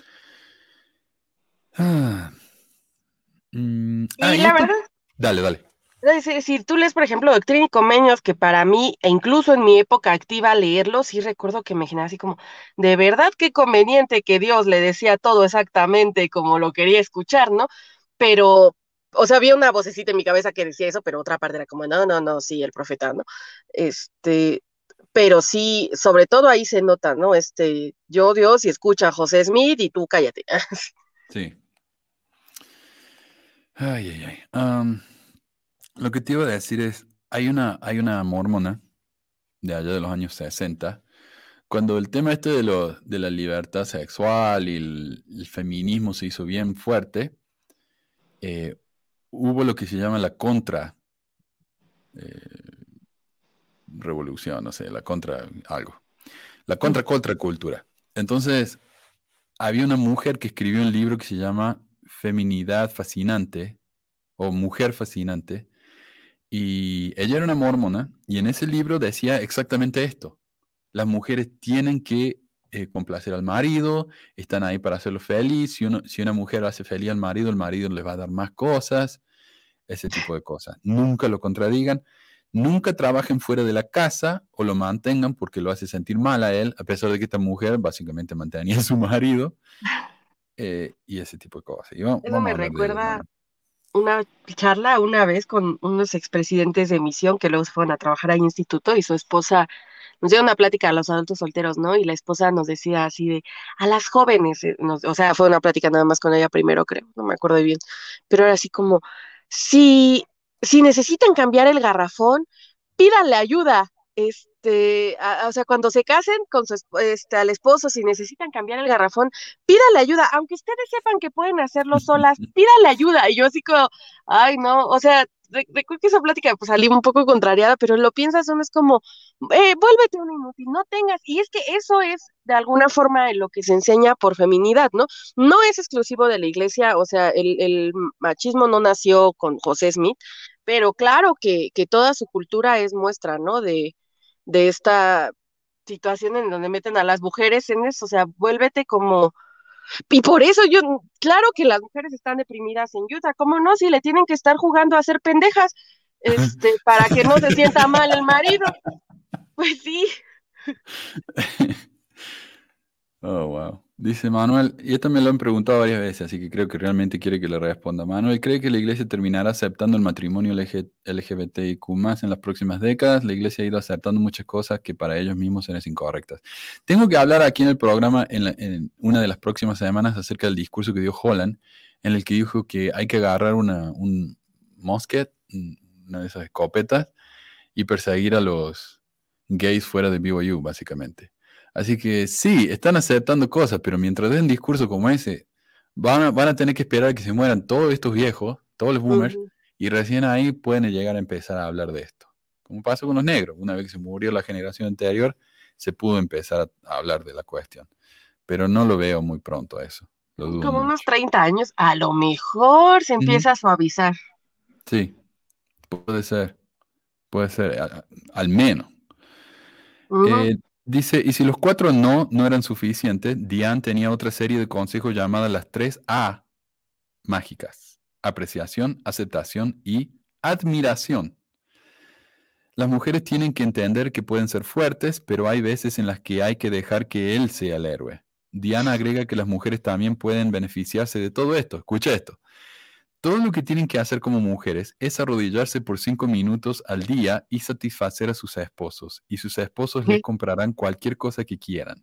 Y Y la esto, verdad, dale. es decir, tú lees, por ejemplo, Doctrina y Convenios, que para mí, e incluso en mi época activa leerlo, sí recuerdo que me generaba así como, de verdad qué conveniente que Dios le decía todo exactamente como lo quería escuchar, ¿no? Pero, o sea, había una vocecita en mi cabeza que decía eso, pero otra parte era como, no, sí, el profeta, ¿no? Este, pero sí, sobre todo ahí se nota, ¿no? Yo Dios y escucha a José Smith y tú cállate. Sí. Ay. Lo que te iba a decir es, hay una mormona de allá de los años 60, cuando el tema de la libertad sexual y el feminismo se hizo bien fuerte, hubo lo que se llama la contra revolución, no sé, la contra algo, la contracultura. Entonces, había una mujer que escribió un libro que se llama Feminidad Fascinante o Mujer Fascinante, y ella era una mormona, y en ese libro decía exactamente esto. Las mujeres tienen que complacer al marido, están ahí para hacerlo feliz. Si una mujer hace feliz al marido, el marido les va a dar más cosas, ese tipo de cosas. Nunca lo contradigan, nunca trabajen fuera de la casa o lo mantengan porque lo hace sentir mal a él, a pesar de que esta mujer básicamente mantenía a su marido, y ese tipo de cosas. Y Eso vamos a me hablar de ella, recuerda ¿no? una charla una vez con unos expresidentes de misión que luego se fueron a trabajar al instituto y su esposa nos dio una plática a los adultos solteros, ¿no? Y la esposa nos decía así de, a las jóvenes, o sea, fue una plática nada más con ella primero, creo, no me acuerdo bien, pero era así como, si, si necesitan cambiar el garrafón, pídanle ayuda, o sea, cuando se casen con al esposo, si necesitan cambiar el garrafón, pídale ayuda, aunque ustedes sepan que pueden hacerlo solas, pídale ayuda. Y yo así como, ay, no, o sea, recuerdo que esa plática pues salí un poco contrariada, pero lo piensas, uno es como, vuélvete un inútil, no tengas, y es que eso es de alguna forma en lo que se enseña por feminidad, ¿no? No es exclusivo de la iglesia, o sea, el machismo no nació con José Smith, pero claro que toda su cultura es muestra, ¿no? De esta situación en donde meten a las mujeres en eso, o sea, vuélvete como y por eso yo, claro que las mujeres están deprimidas en Utah, ¿cómo no? Si le tienen que estar jugando a ser pendejas, para que no se sienta mal el marido. Pues sí. Oh, wow. Dice Manuel, y esto me lo han preguntado varias veces, así que creo que realmente quiere que le responda. Manuel, ¿cree que la iglesia terminará aceptando el matrimonio LGBTIQ más en las próximas décadas? La iglesia ha ido aceptando muchas cosas que para ellos mismos eran incorrectas. Tengo que hablar aquí en el programa en una de las próximas semanas acerca del discurso que dio Holland, en el que dijo que hay que agarrar un musket, una de esas escopetas, y perseguir a los gays fuera de BYU, básicamente. Así que sí, están aceptando cosas, pero mientras den discurso como ese, van a tener que esperar a que se mueran todos estos viejos, todos los boomers, y recién ahí pueden llegar a empezar a hablar de esto. Como pasó con los negros, una vez que se murió la generación anterior, se pudo empezar a hablar de la cuestión. Pero no lo veo muy pronto a eso, lo dudo Como unos mucho. 30 años, a lo mejor se empieza a suavizar. Sí, puede ser, al menos. Dice, y si los 4 no eran suficientes, Diane tenía otra serie de consejos llamadas las 3 A mágicas: apreciación, aceptación y admiración. Las mujeres tienen que entender que pueden ser fuertes, pero hay veces en las que hay que dejar que él sea el héroe. Diana agrega que las mujeres también pueden beneficiarse de todo esto. Escucha esto. Todo lo que tienen que hacer como mujeres es arrodillarse por 5 minutos al día y satisfacer a sus esposos, y sus esposos les comprarán cualquier cosa que quieran.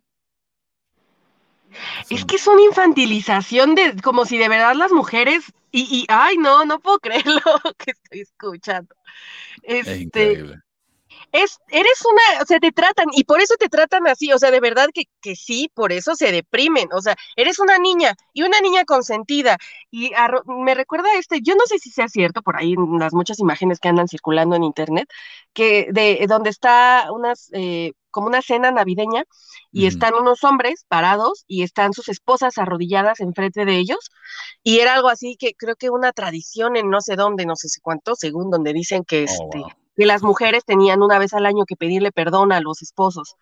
Es que es una infantilización de como si de verdad las mujeres, ay, no puedo creer lo que estoy escuchando. Es increíble. Eres una, o sea, te tratan, y por eso te tratan así, o sea, de verdad que sí, por eso se deprimen, o sea, eres una niña, y una niña consentida, y me recuerda yo no sé si sea cierto, por ahí en las muchas imágenes que andan circulando en internet, que de donde está como una cena navideña, y están unos hombres parados, y están sus esposas arrodilladas enfrente de ellos, y era algo así que creo que una tradición en no sé dónde, no sé si cuánto, según donde dicen que Wow. que las mujeres tenían una vez al año que pedirle perdón a los esposos.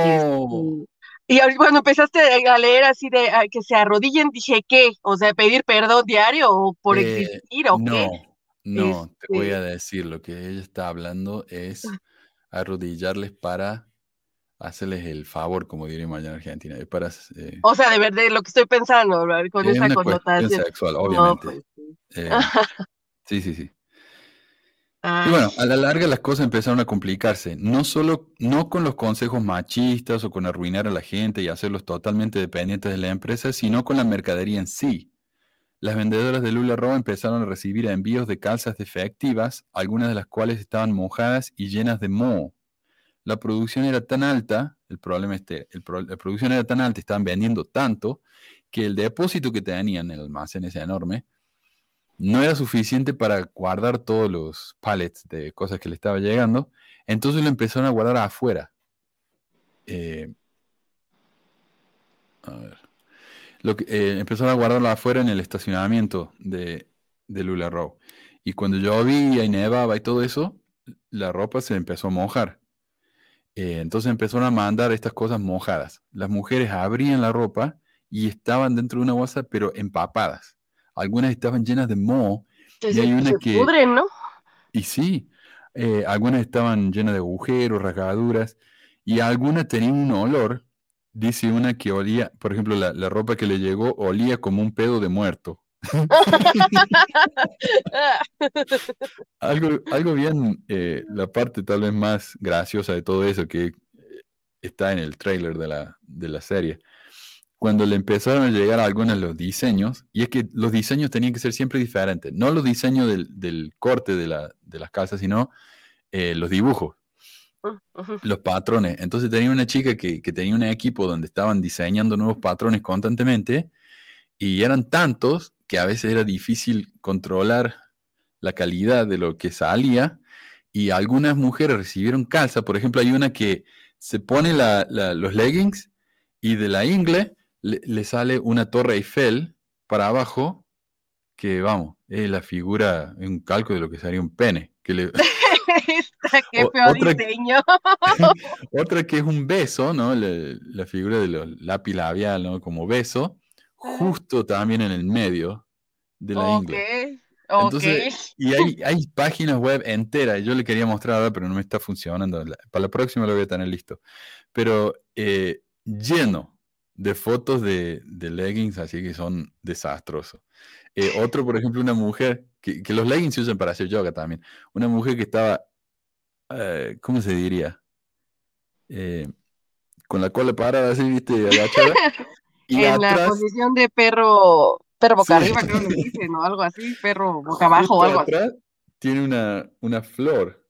Y cuando empezaste a leer así de que se arrodillen, dije, ¿qué? O sea, pedir perdón diario o por existir o qué. No, te voy a decir, lo que ella está hablando es arrodillarles para hacerles el favor, como diríamos allá en Argentina. Para, o sea, de verdad, lo que estoy pensando, ¿verdad? Con es esa una cuestión connotación. sexual, No, obviamente. pues sí. Sí. Y Ay, bueno, a la larga las cosas empezaron a complicarse, no con los consejos machistas o con arruinar a la gente y hacerlos totalmente dependientes de la empresa, sino con la mercadería en sí. Las vendedoras de LuLaRoe empezaron a recibir envíos de calzas defectivas, algunas de las cuales estaban mojadas y llenas de moho. La producción era tan alta, la producción era tan alta, estaban vendiendo tanto, que el depósito que tenían en el almacén ese enorme no era suficiente para guardar todos los pallets de cosas que le estaba llegando, entonces lo empezaron a guardar afuera. A ver. Empezaron a guardarlo afuera en el estacionamiento de LuLaRoe. Y cuando llovía y nevaba y todo eso, la ropa se empezó a mojar. Entonces empezaron a mandar estas cosas mojadas. Las mujeres abrían la ropa y estaban dentro de una bolsa, pero empapadas. Algunas estaban llenas de moho y hay una se que... pudren, ¿no? Y sí, algunas estaban llenas de agujeros, rasgaduras, y algunas tenían un olor. Dice una que olía, por ejemplo, la ropa que le llegó olía como un pedo de muerto. Algo bien, la parte tal vez más graciosa de todo eso que está en el tráiler de la serie. Cuando le empezaron a llegar a algunos los diseños, y es que los diseños tenían que ser siempre diferentes, no los diseños del corte de las calzas, sino los dibujos, los patrones. Entonces tenía una chica que tenía un equipo donde estaban diseñando nuevos patrones constantemente, y eran tantos que a veces era difícil controlar la calidad de lo que salía, y algunas mujeres recibieron calza. Por ejemplo, hay una que se pone los leggings y de la ingle le sale una torre Eiffel para abajo, que vamos, es la figura, es un calco de lo que sería un pene. Qué feo diseño. Otra que es un beso, ¿no? La figura de los lápiz labial, ¿no? Como beso, justo también en el medio de la ingle. Entonces, y hay páginas web enteras. Yo le quería mostrar ahora, pero no me está funcionando. Para la próxima lo voy a tener listo. Pero lleno de fotos de leggings, así que son desastrosos. Otro, por ejemplo, una mujer, que los leggings se usan para hacer yoga también. Una mujer que estaba, ¿cómo se diría? Con la cola parada, así, ¿viste? Agachada. Y en atrás, la posición de perro boca arriba, creo que le dicen, ¿no? Algo así, perro boca abajo o algo atrás, así. Tiene una flor.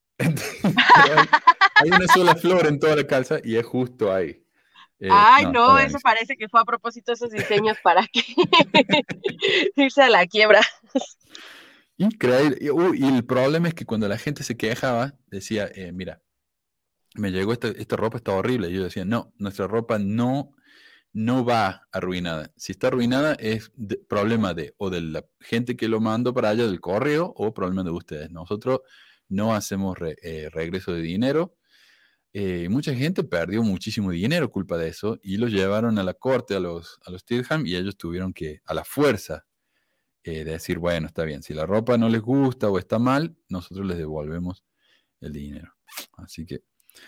Hay una sola flor en toda la calza y es justo ahí. No, eso parece que fue a propósito esos diseños para que irse a la quiebra. Increíble. Y el problema es que cuando la gente se quejaba, decía, mira, me llegó esta ropa, está horrible. Y yo decía, no, nuestra ropa no va arruinada. Si está arruinada es problema de la gente que lo mandó para allá del correo o problema de ustedes. Nosotros no hacemos regreso de dinero. Mucha gente perdió muchísimo dinero culpa de eso y lo llevaron a la corte, a los Stidham, y ellos tuvieron que, a la fuerza, decir, bueno, está bien, si la ropa no les gusta o está mal, nosotros les devolvemos el dinero. Así que...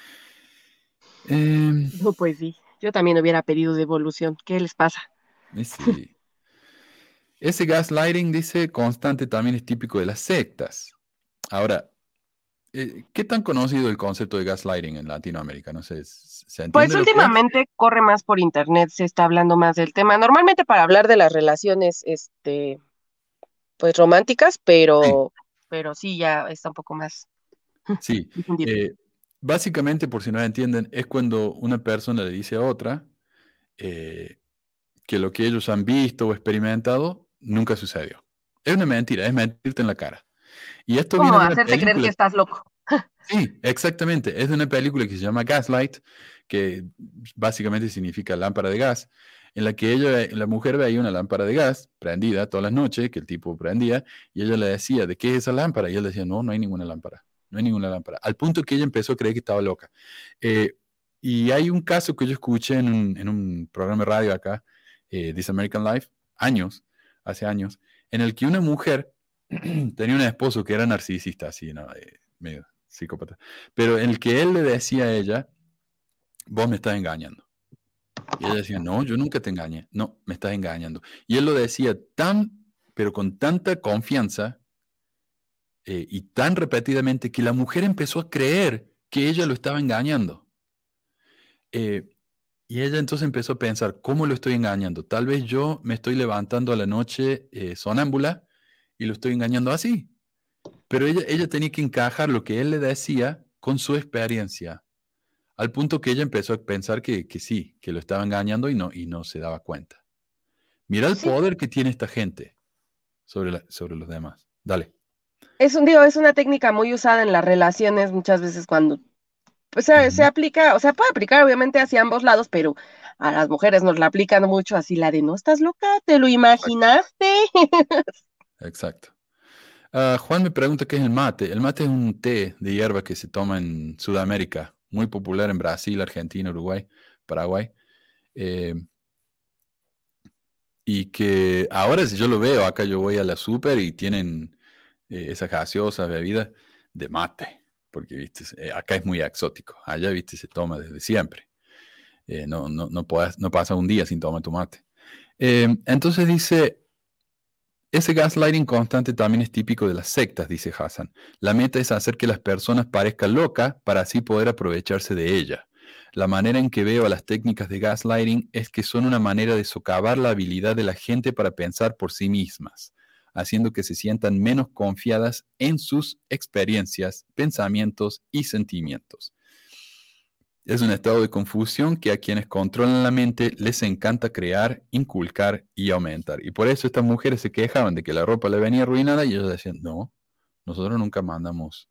No, pues sí, yo también hubiera pedido devolución. ¿Qué les pasa? Sí. Ese gaslighting, dice, constante también es típico de las sectas. Ahora, ¿qué tan conocido el concepto de gaslighting en Latinoamérica? No sé, ¿se entiende? Pues últimamente corre más por internet, se está hablando más del tema. Normalmente para hablar de las relaciones, pues románticas, pero sí ya está un poco más sí. difundido. Básicamente, por si no entienden, es cuando una persona le dice a otra que lo que ellos han visto o experimentado nunca sucedió. Es una mentira, es mentirte en la cara. Y esto Como viene de una hacerte creer que estás loco. Sí, exactamente. Es de una película que se llama Gaslight, que básicamente significa lámpara de gas, en la que la mujer veía una lámpara de gas prendida todas las noches, que el tipo prendía, y ella le decía, ¿de qué es esa lámpara? Y él decía, no hay ninguna lámpara, no hay ninguna lámpara. Al punto que ella empezó a creer que estaba loca. Y hay un caso que yo escuché en un programa de radio acá, This American Life, hace años, en el que una mujer tenía un esposo que era narcisista, así, ¿no? Medio psicópata, pero en el que él le decía a ella, vos me estás engañando. Y ella decía, no, yo nunca te engañé, no, me estás engañando. Y él lo decía pero con tanta confianza y tan repetidamente que la mujer empezó a creer que ella lo estaba engañando. Y ella entonces empezó a pensar, ¿cómo lo estoy engañando? Tal vez yo me estoy levantando a la noche sonámbula y lo estoy engañando así. Pero ella tenía que encajar lo que él le decía con su experiencia, al punto que ella empezó a pensar que sí, que lo estaba engañando y no se daba cuenta. Mira el poder que tiene esta gente sobre los demás. Dale. Es una técnica muy usada en las relaciones muchas veces cuando pues se aplica, o sea, puede aplicar obviamente hacia ambos lados, pero a las mujeres nos la aplican mucho así la de no estás loca, te lo imaginaste. Exacto. Juan me pregunta qué es el mate. El mate es un té de hierba que se toma en Sudamérica, muy popular en Brasil, Argentina, Uruguay, Paraguay. Y que ahora si yo lo veo, acá yo voy a la súper y tienen esas gaseosas bebidas de mate, porque viste, acá es muy exótico, allá viste se toma desde siempre. No pasa un día sin tomar tu mate. Entonces dice, ese gaslighting constante también es típico de las sectas, dice Hassan. La meta es hacer que las personas parezcan locas para así poder aprovecharse de ellas. La manera en que veo a las técnicas de gaslighting es que son una manera de socavar la habilidad de la gente para pensar por sí mismas, haciendo que se sientan menos confiadas en sus experiencias, pensamientos y sentimientos. Es un estado de confusión que a quienes controlan la mente les encanta crear, inculcar y aumentar. Y por eso estas mujeres se quejaban de que la ropa le venía arruinada y ellos decían, no, Nosotros nunca mandamos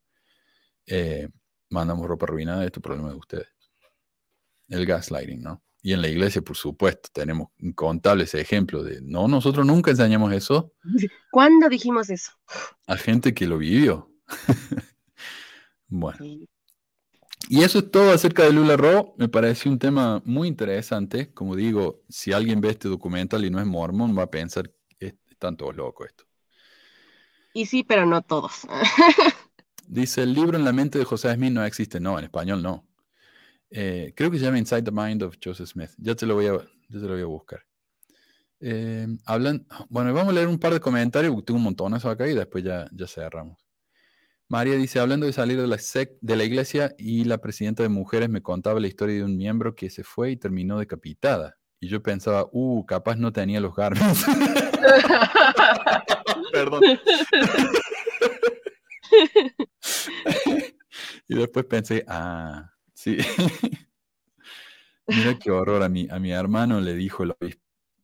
ropa arruinada, es tu problema de ustedes. El gaslighting, ¿no? Y en la iglesia, por supuesto, tenemos incontables ejemplos de, no, nosotros nunca enseñamos eso. ¿Cuándo dijimos eso? A gente que lo vivió. Bueno. Sí. Y eso es todo acerca de Lula Ro. Me pareció un tema muy interesante. Como digo, si alguien ve este documental y no es mormón, va a pensar que están todos locos esto. Y sí, pero no todos. Dice, el libro En la mente de José Smith no existe. No, en español no. Creo que se llama Inside the Mind of Joseph Smith. Ya te lo voy a buscar. Bueno, vamos a leer un par de comentarios, porque tengo un montón de eso acá y después ya cerramos. María dice, hablando de salir de la iglesia, y la presidenta de mujeres me contaba la historia de un miembro que se fue y terminó decapitada. Y yo pensaba, capaz no tenía los garbanzos. Perdón. Y después pensé, sí. Mira qué horror. A mi hermano le dijo el obispo,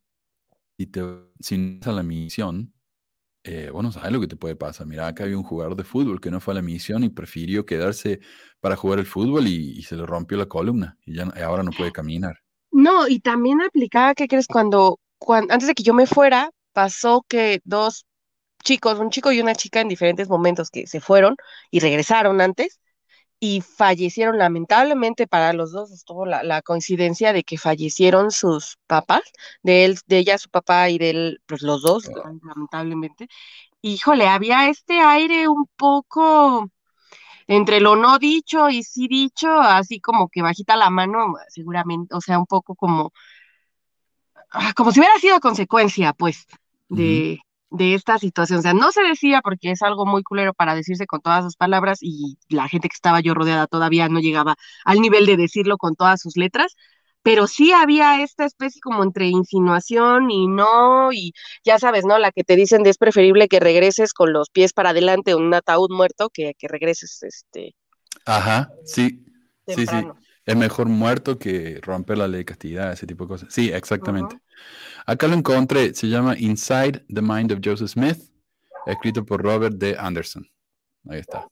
si no vas a la misión, vos no sabes lo que te puede pasar. Mira, acá había un jugador de fútbol que no fue a la misión y prefirió quedarse para jugar el fútbol y se le rompió la columna y ahora no puede caminar. No, y también aplicaba, ¿qué crees? Cuando antes de que yo me fuera, pasó que dos chicos, un chico y una chica en diferentes momentos que se fueron y regresaron antes y fallecieron lamentablemente para los dos. Estuvo la coincidencia de que fallecieron sus papás, de ella su papá y de él, pues los dos, lamentablemente. Híjole, había este aire un poco entre lo no dicho y sí dicho, así como que bajita la mano, seguramente, o sea, un poco como si hubiera sido consecuencia, pues, de, de esta situación. O sea, no se decía porque es algo muy culero para decirse con todas sus palabras y la gente que estaba yo rodeada todavía no llegaba al nivel de decirlo con todas sus letras, pero sí había esta especie como entre insinuación y no, y ya sabes, ¿no? La que te dicen de es preferible que regreses con los pies para adelante en un ataúd muerto que regreses Ajá, sí. temprano. Sí. Es mejor muerto que romper la ley de castidad, ese tipo de cosas. Sí, exactamente. Ujú. Acá lo encontré, se llama Inside the Mind of Joseph Smith, escrito por Robert D. Anderson. Ahí está.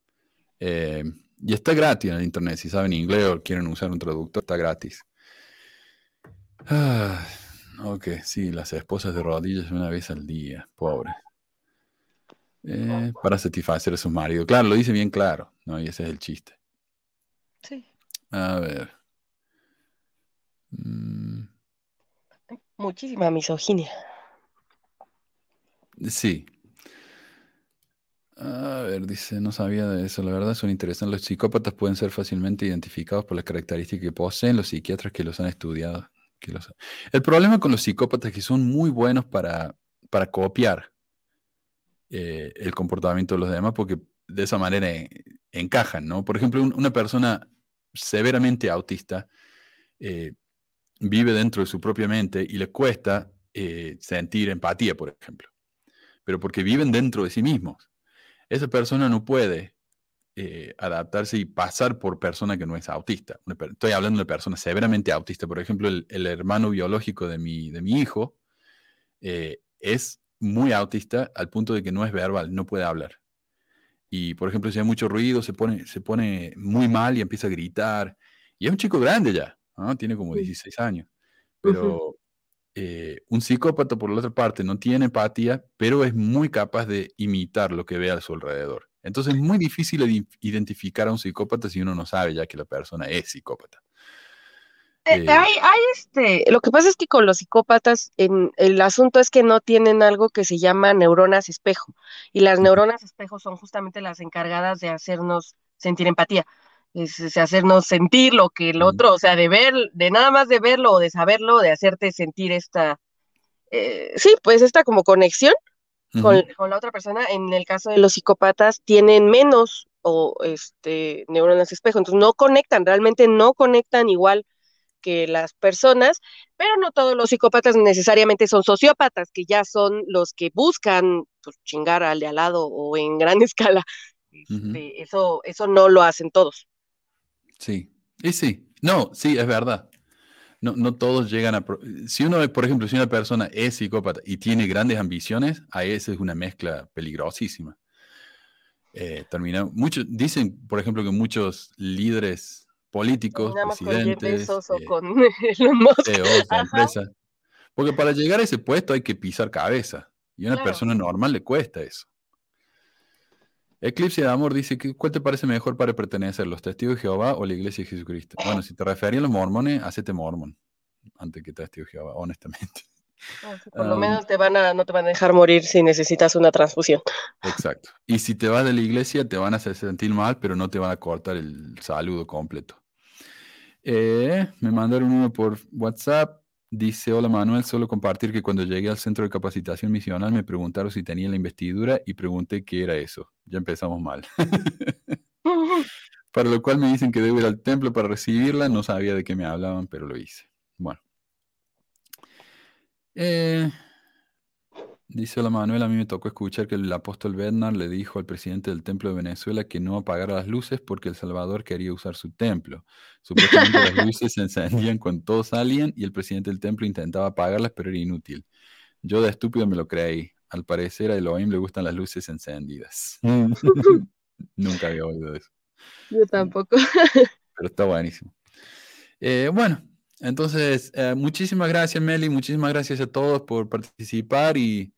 Y está gratis en el internet, si saben inglés o quieren usar un traductor, está gratis. Ok, sí, las esposas de rodillas una vez al día, pobre. Para satisfacer a su marido. Claro, lo dice bien claro, ¿no? Y ese es el chiste. Sí. A ver. Muchísima misoginia. Sí. A ver, dice, no sabía de eso. La verdad son interesantes. Los psicópatas pueden ser fácilmente identificados por las características que poseen los psiquiatras que los han estudiado. El problema con los psicópatas es que son muy buenos para copiar el comportamiento de los demás, porque de esa manera encajan, ¿no? Por ejemplo, una persona severamente autista vive dentro de su propia mente y le cuesta sentir empatía, por ejemplo, pero porque viven dentro de sí mismos. Esa persona no puede adaptarse y pasar por persona que no es autista. Estoy hablando de persona severamente autista. Por ejemplo, el hermano biológico de mi hijo es muy autista al punto de que no es verbal, no puede hablar. Y, por ejemplo, si hay mucho ruido, se pone muy mal y empieza a gritar. Y es un chico grande ya, ¿no? Tiene como 16 años. Pero un psicópata, por la otra parte, no tiene empatía, pero es muy capaz de imitar lo que ve a su alrededor. Entonces es muy difícil identificar a un psicópata si uno no sabe ya que la persona es psicópata. Lo que pasa es que con los psicópatas el asunto es que no tienen algo que se llama neuronas espejo, y las neuronas espejo son justamente las encargadas de hacernos sentir empatía, es hacernos sentir lo que el otro, o sea, de nada más de verlo o de saberlo, de hacerte sentir sí, pues esta como conexión con la otra persona. En el caso de los psicópatas tienen menos neuronas espejo, entonces no conectan, realmente no conectan igual que las personas, pero no todos los psicópatas necesariamente son sociópatas, que ya son los que buscan pues, chingar al de al lado o en gran escala. Eso no lo hacen todos. Sí, y sí, no, sí, es verdad. No todos llegan a... Si uno, por ejemplo, si una persona es psicópata y tiene grandes ambiciones, ahí esa es una mezcla peligrosísima. Dicen, por ejemplo, que muchos líderes políticos, Terminamos con Jeff presidentes, Bezos o con Elon Musk. CEOs de Ajá, empresas, porque para llegar a ese puesto hay que pisar cabeza, y a una claro. persona normal le cuesta eso. Eclipse de Amor dice, ¿cuál te parece mejor para pertenecer, los Testigos de Jehová o la Iglesia de Jesucristo? Bueno, si te referías a los mormones, hacete mormón, antes que Testigo de Jehová, honestamente. Por lo menos no te van a dejar morir si necesitas una transfusión. Exacto. Y si te vas de la iglesia, te van a hacer sentir mal, pero no te van a cortar el saludo completo. Me mandaron uno por WhatsApp. Dice, hola Manuel, solo compartir que cuando llegué al centro de capacitación misional me preguntaron si tenía la investidura y pregunté qué era eso. Ya empezamos mal. Para lo cual me dicen que debo ir al templo para recibirla. No sabía de qué me hablaban, pero lo hice. Bueno. Dice, hola Manuel, a mí me tocó escuchar que el apóstol Bednar le dijo al presidente del templo de Venezuela que no apagara las luces porque El Salvador quería usar su templo. Supuestamente las luces se encendían cuando todos salían y el presidente del templo intentaba apagarlas, pero era inútil. Yo de estúpido me lo creí. Al parecer a Elohim le gustan las luces encendidas. Nunca había oído eso. Yo tampoco. Pero está buenísimo. Bueno, entonces, muchísimas gracias Meli, muchísimas gracias a todos por participar y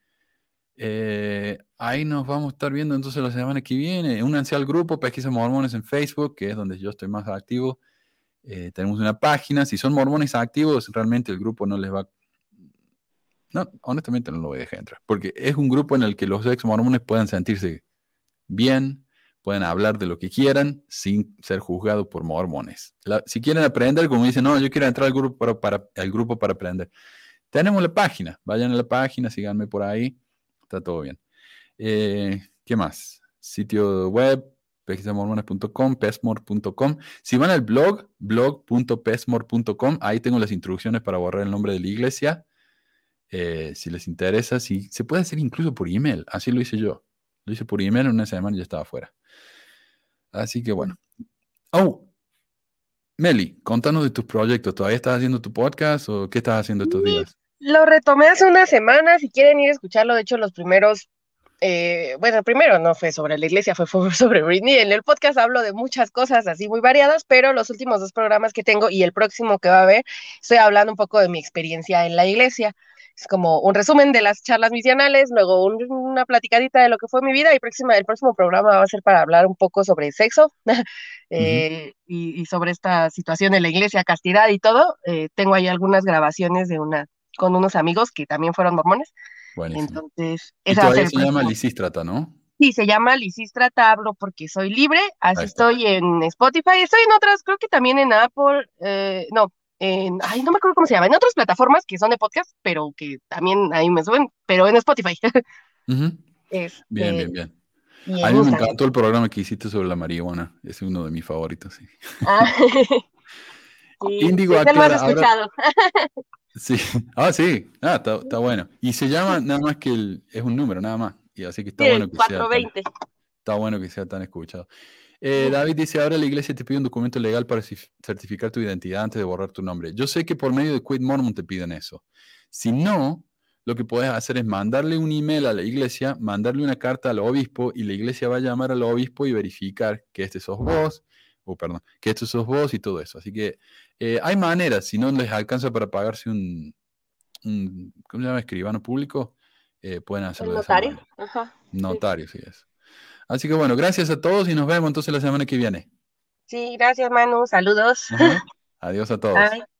ahí nos vamos a estar viendo entonces la semana que viene. Únanse al grupo Pesquisas Mormones en Facebook, que es donde yo estoy más activo. Tenemos una página. Si son mormones activos, realmente el grupo no les va... No, honestamente no lo voy a dejar entrar, porque es un grupo en el que los ex mormones puedan sentirse bien, pueden hablar de lo que quieran sin ser juzgados por mormones. Si quieren aprender, como dicen, no, yo quiero entrar al grupo al grupo para aprender. Tenemos la página, vayan a la página, síganme por ahí. Está todo bien. ¿Qué más? Sitio web, pesquisamormones.com, pesmor.com. Si van al blog.pesmor.com, ahí tengo las instrucciones para borrar el nombre de la iglesia. Si les interesa, se puede hacer incluso por email. Así lo hice yo. Lo hice por email, en una semana ya estaba fuera. Así que bueno. Oh, Meli, contanos de tus proyectos. ¿Todavía estás haciendo tu podcast o qué estás haciendo estos días? Lo retomé hace unas semanas, si quieren ir a escucharlo, de hecho los primeros, bueno, el primero no fue sobre la iglesia, fue sobre Britney. En el podcast hablo de muchas cosas así muy variadas, pero los últimos 2 programas que tengo y el próximo que va a haber, estoy hablando un poco de mi experiencia en la iglesia. Es como un resumen de las charlas misionales, luego una platicadita de lo que fue mi vida y el próximo programa va a ser para hablar un poco sobre sexo y sobre esta situación en la iglesia, castidad y todo. Tengo ahí algunas grabaciones con unos amigos que también fueron mormones. Buenísimo. Entonces, Y esa va a ser todavía el se llama próximo. Lisístrata, ¿no? Sí, se llama Lisístrata, hablo porque soy libre, así Ahí está. estoy en Spotify, estoy en otras, creo que también en Apple, no me acuerdo cómo se llama, en otras plataformas que son de podcast, pero que también ahí me suben, pero en Spotify. Bien, bien, bien. Y A en mí me Instagram. encantó el programa que hiciste sobre la marihuana. Es uno de mis favoritos, sí. Sí, Índigo es el más aclara, ahora... escuchado. Sí. Sí. Está bueno. Y se llama nada más que es un número, nada más. Y así que está Sí, bueno el que sea tan, 420. está bueno que sea tan escuchado. David dice, ahora la iglesia te pide un documento legal para certificar tu identidad antes de borrar tu nombre. Yo sé que por medio de Quit Mormon te piden eso. Si no, lo que puedes hacer es mandarle un email a la iglesia, mandarle una carta al obispo y la iglesia va a llamar al obispo y verificar que sos vos, que sos vos y todo eso. Así que hay maneras, si no les alcanza para pagarse un ¿cómo se llama? Escribano público, pueden hacerlo El de esa notario. manera. Ajá. Notario, sí es. Así que bueno, gracias a todos y nos vemos entonces la semana que viene. Sí, gracias, Manu. Saludos. Ajá. Adiós a todos. Bye.